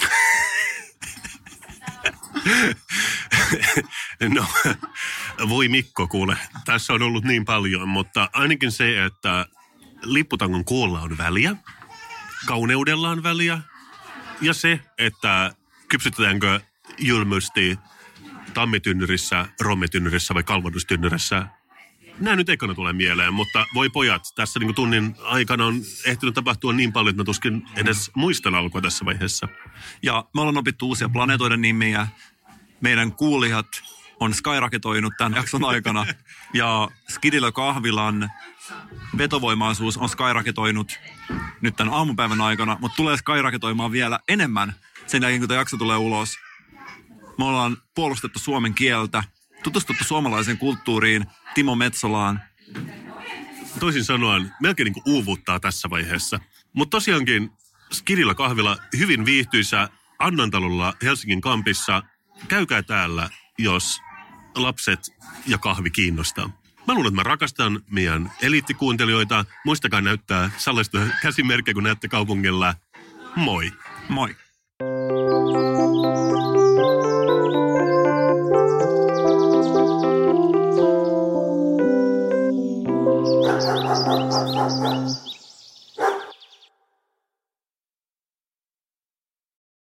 No, voi Mikko kuule. Tässä on ollut niin paljon, mutta ainakin se, että lipputangon koolla on väliä, kauneudella on väliä ja se, että kypsytetäänkö julmusti tammitynnyrissä, rommitynnyrissä vai kalvadustynnyrissä. Nämä nyt ekana tulee mieleen, mutta voi pojat, tässä niin kuin tunnin aikana on ehtinyt tapahtua niin paljon, että mä tuskin edes muistan alkua tässä vaiheessa. Ja me ollaan opittu uusia planeetoiden nimiä. Meidän kuulijat on skyraketoinut tämän jakson aikana. Ja Skidilä kahvilan vetovoimaisuus on skyraketoinut nyt tämän aamupäivän aikana, mutta tulee skyraketoimaan vielä enemmän sen jälkeen, kun tämä jakso tulee ulos. Me ollaan puolustettu suomen kieltä, tutustuttu suomalaiseen kulttuuriin, Timo Metsolaan. Toisin sanoen, melkein niin kuin uuvuttaa tässä vaiheessa. Mutta tosiaankin Skidilä kahvila hyvin viihtyisä Annantalolla Helsingin kampissa. Käykää täällä, jos lapset ja kahvi kiinnostaa. Mä luulen, että mä rakastan meidän eliittikuuntelijoita. Muistakaa näyttää sellaista käsimerkkiä, kun näette kaupungilla. Moi! Moi!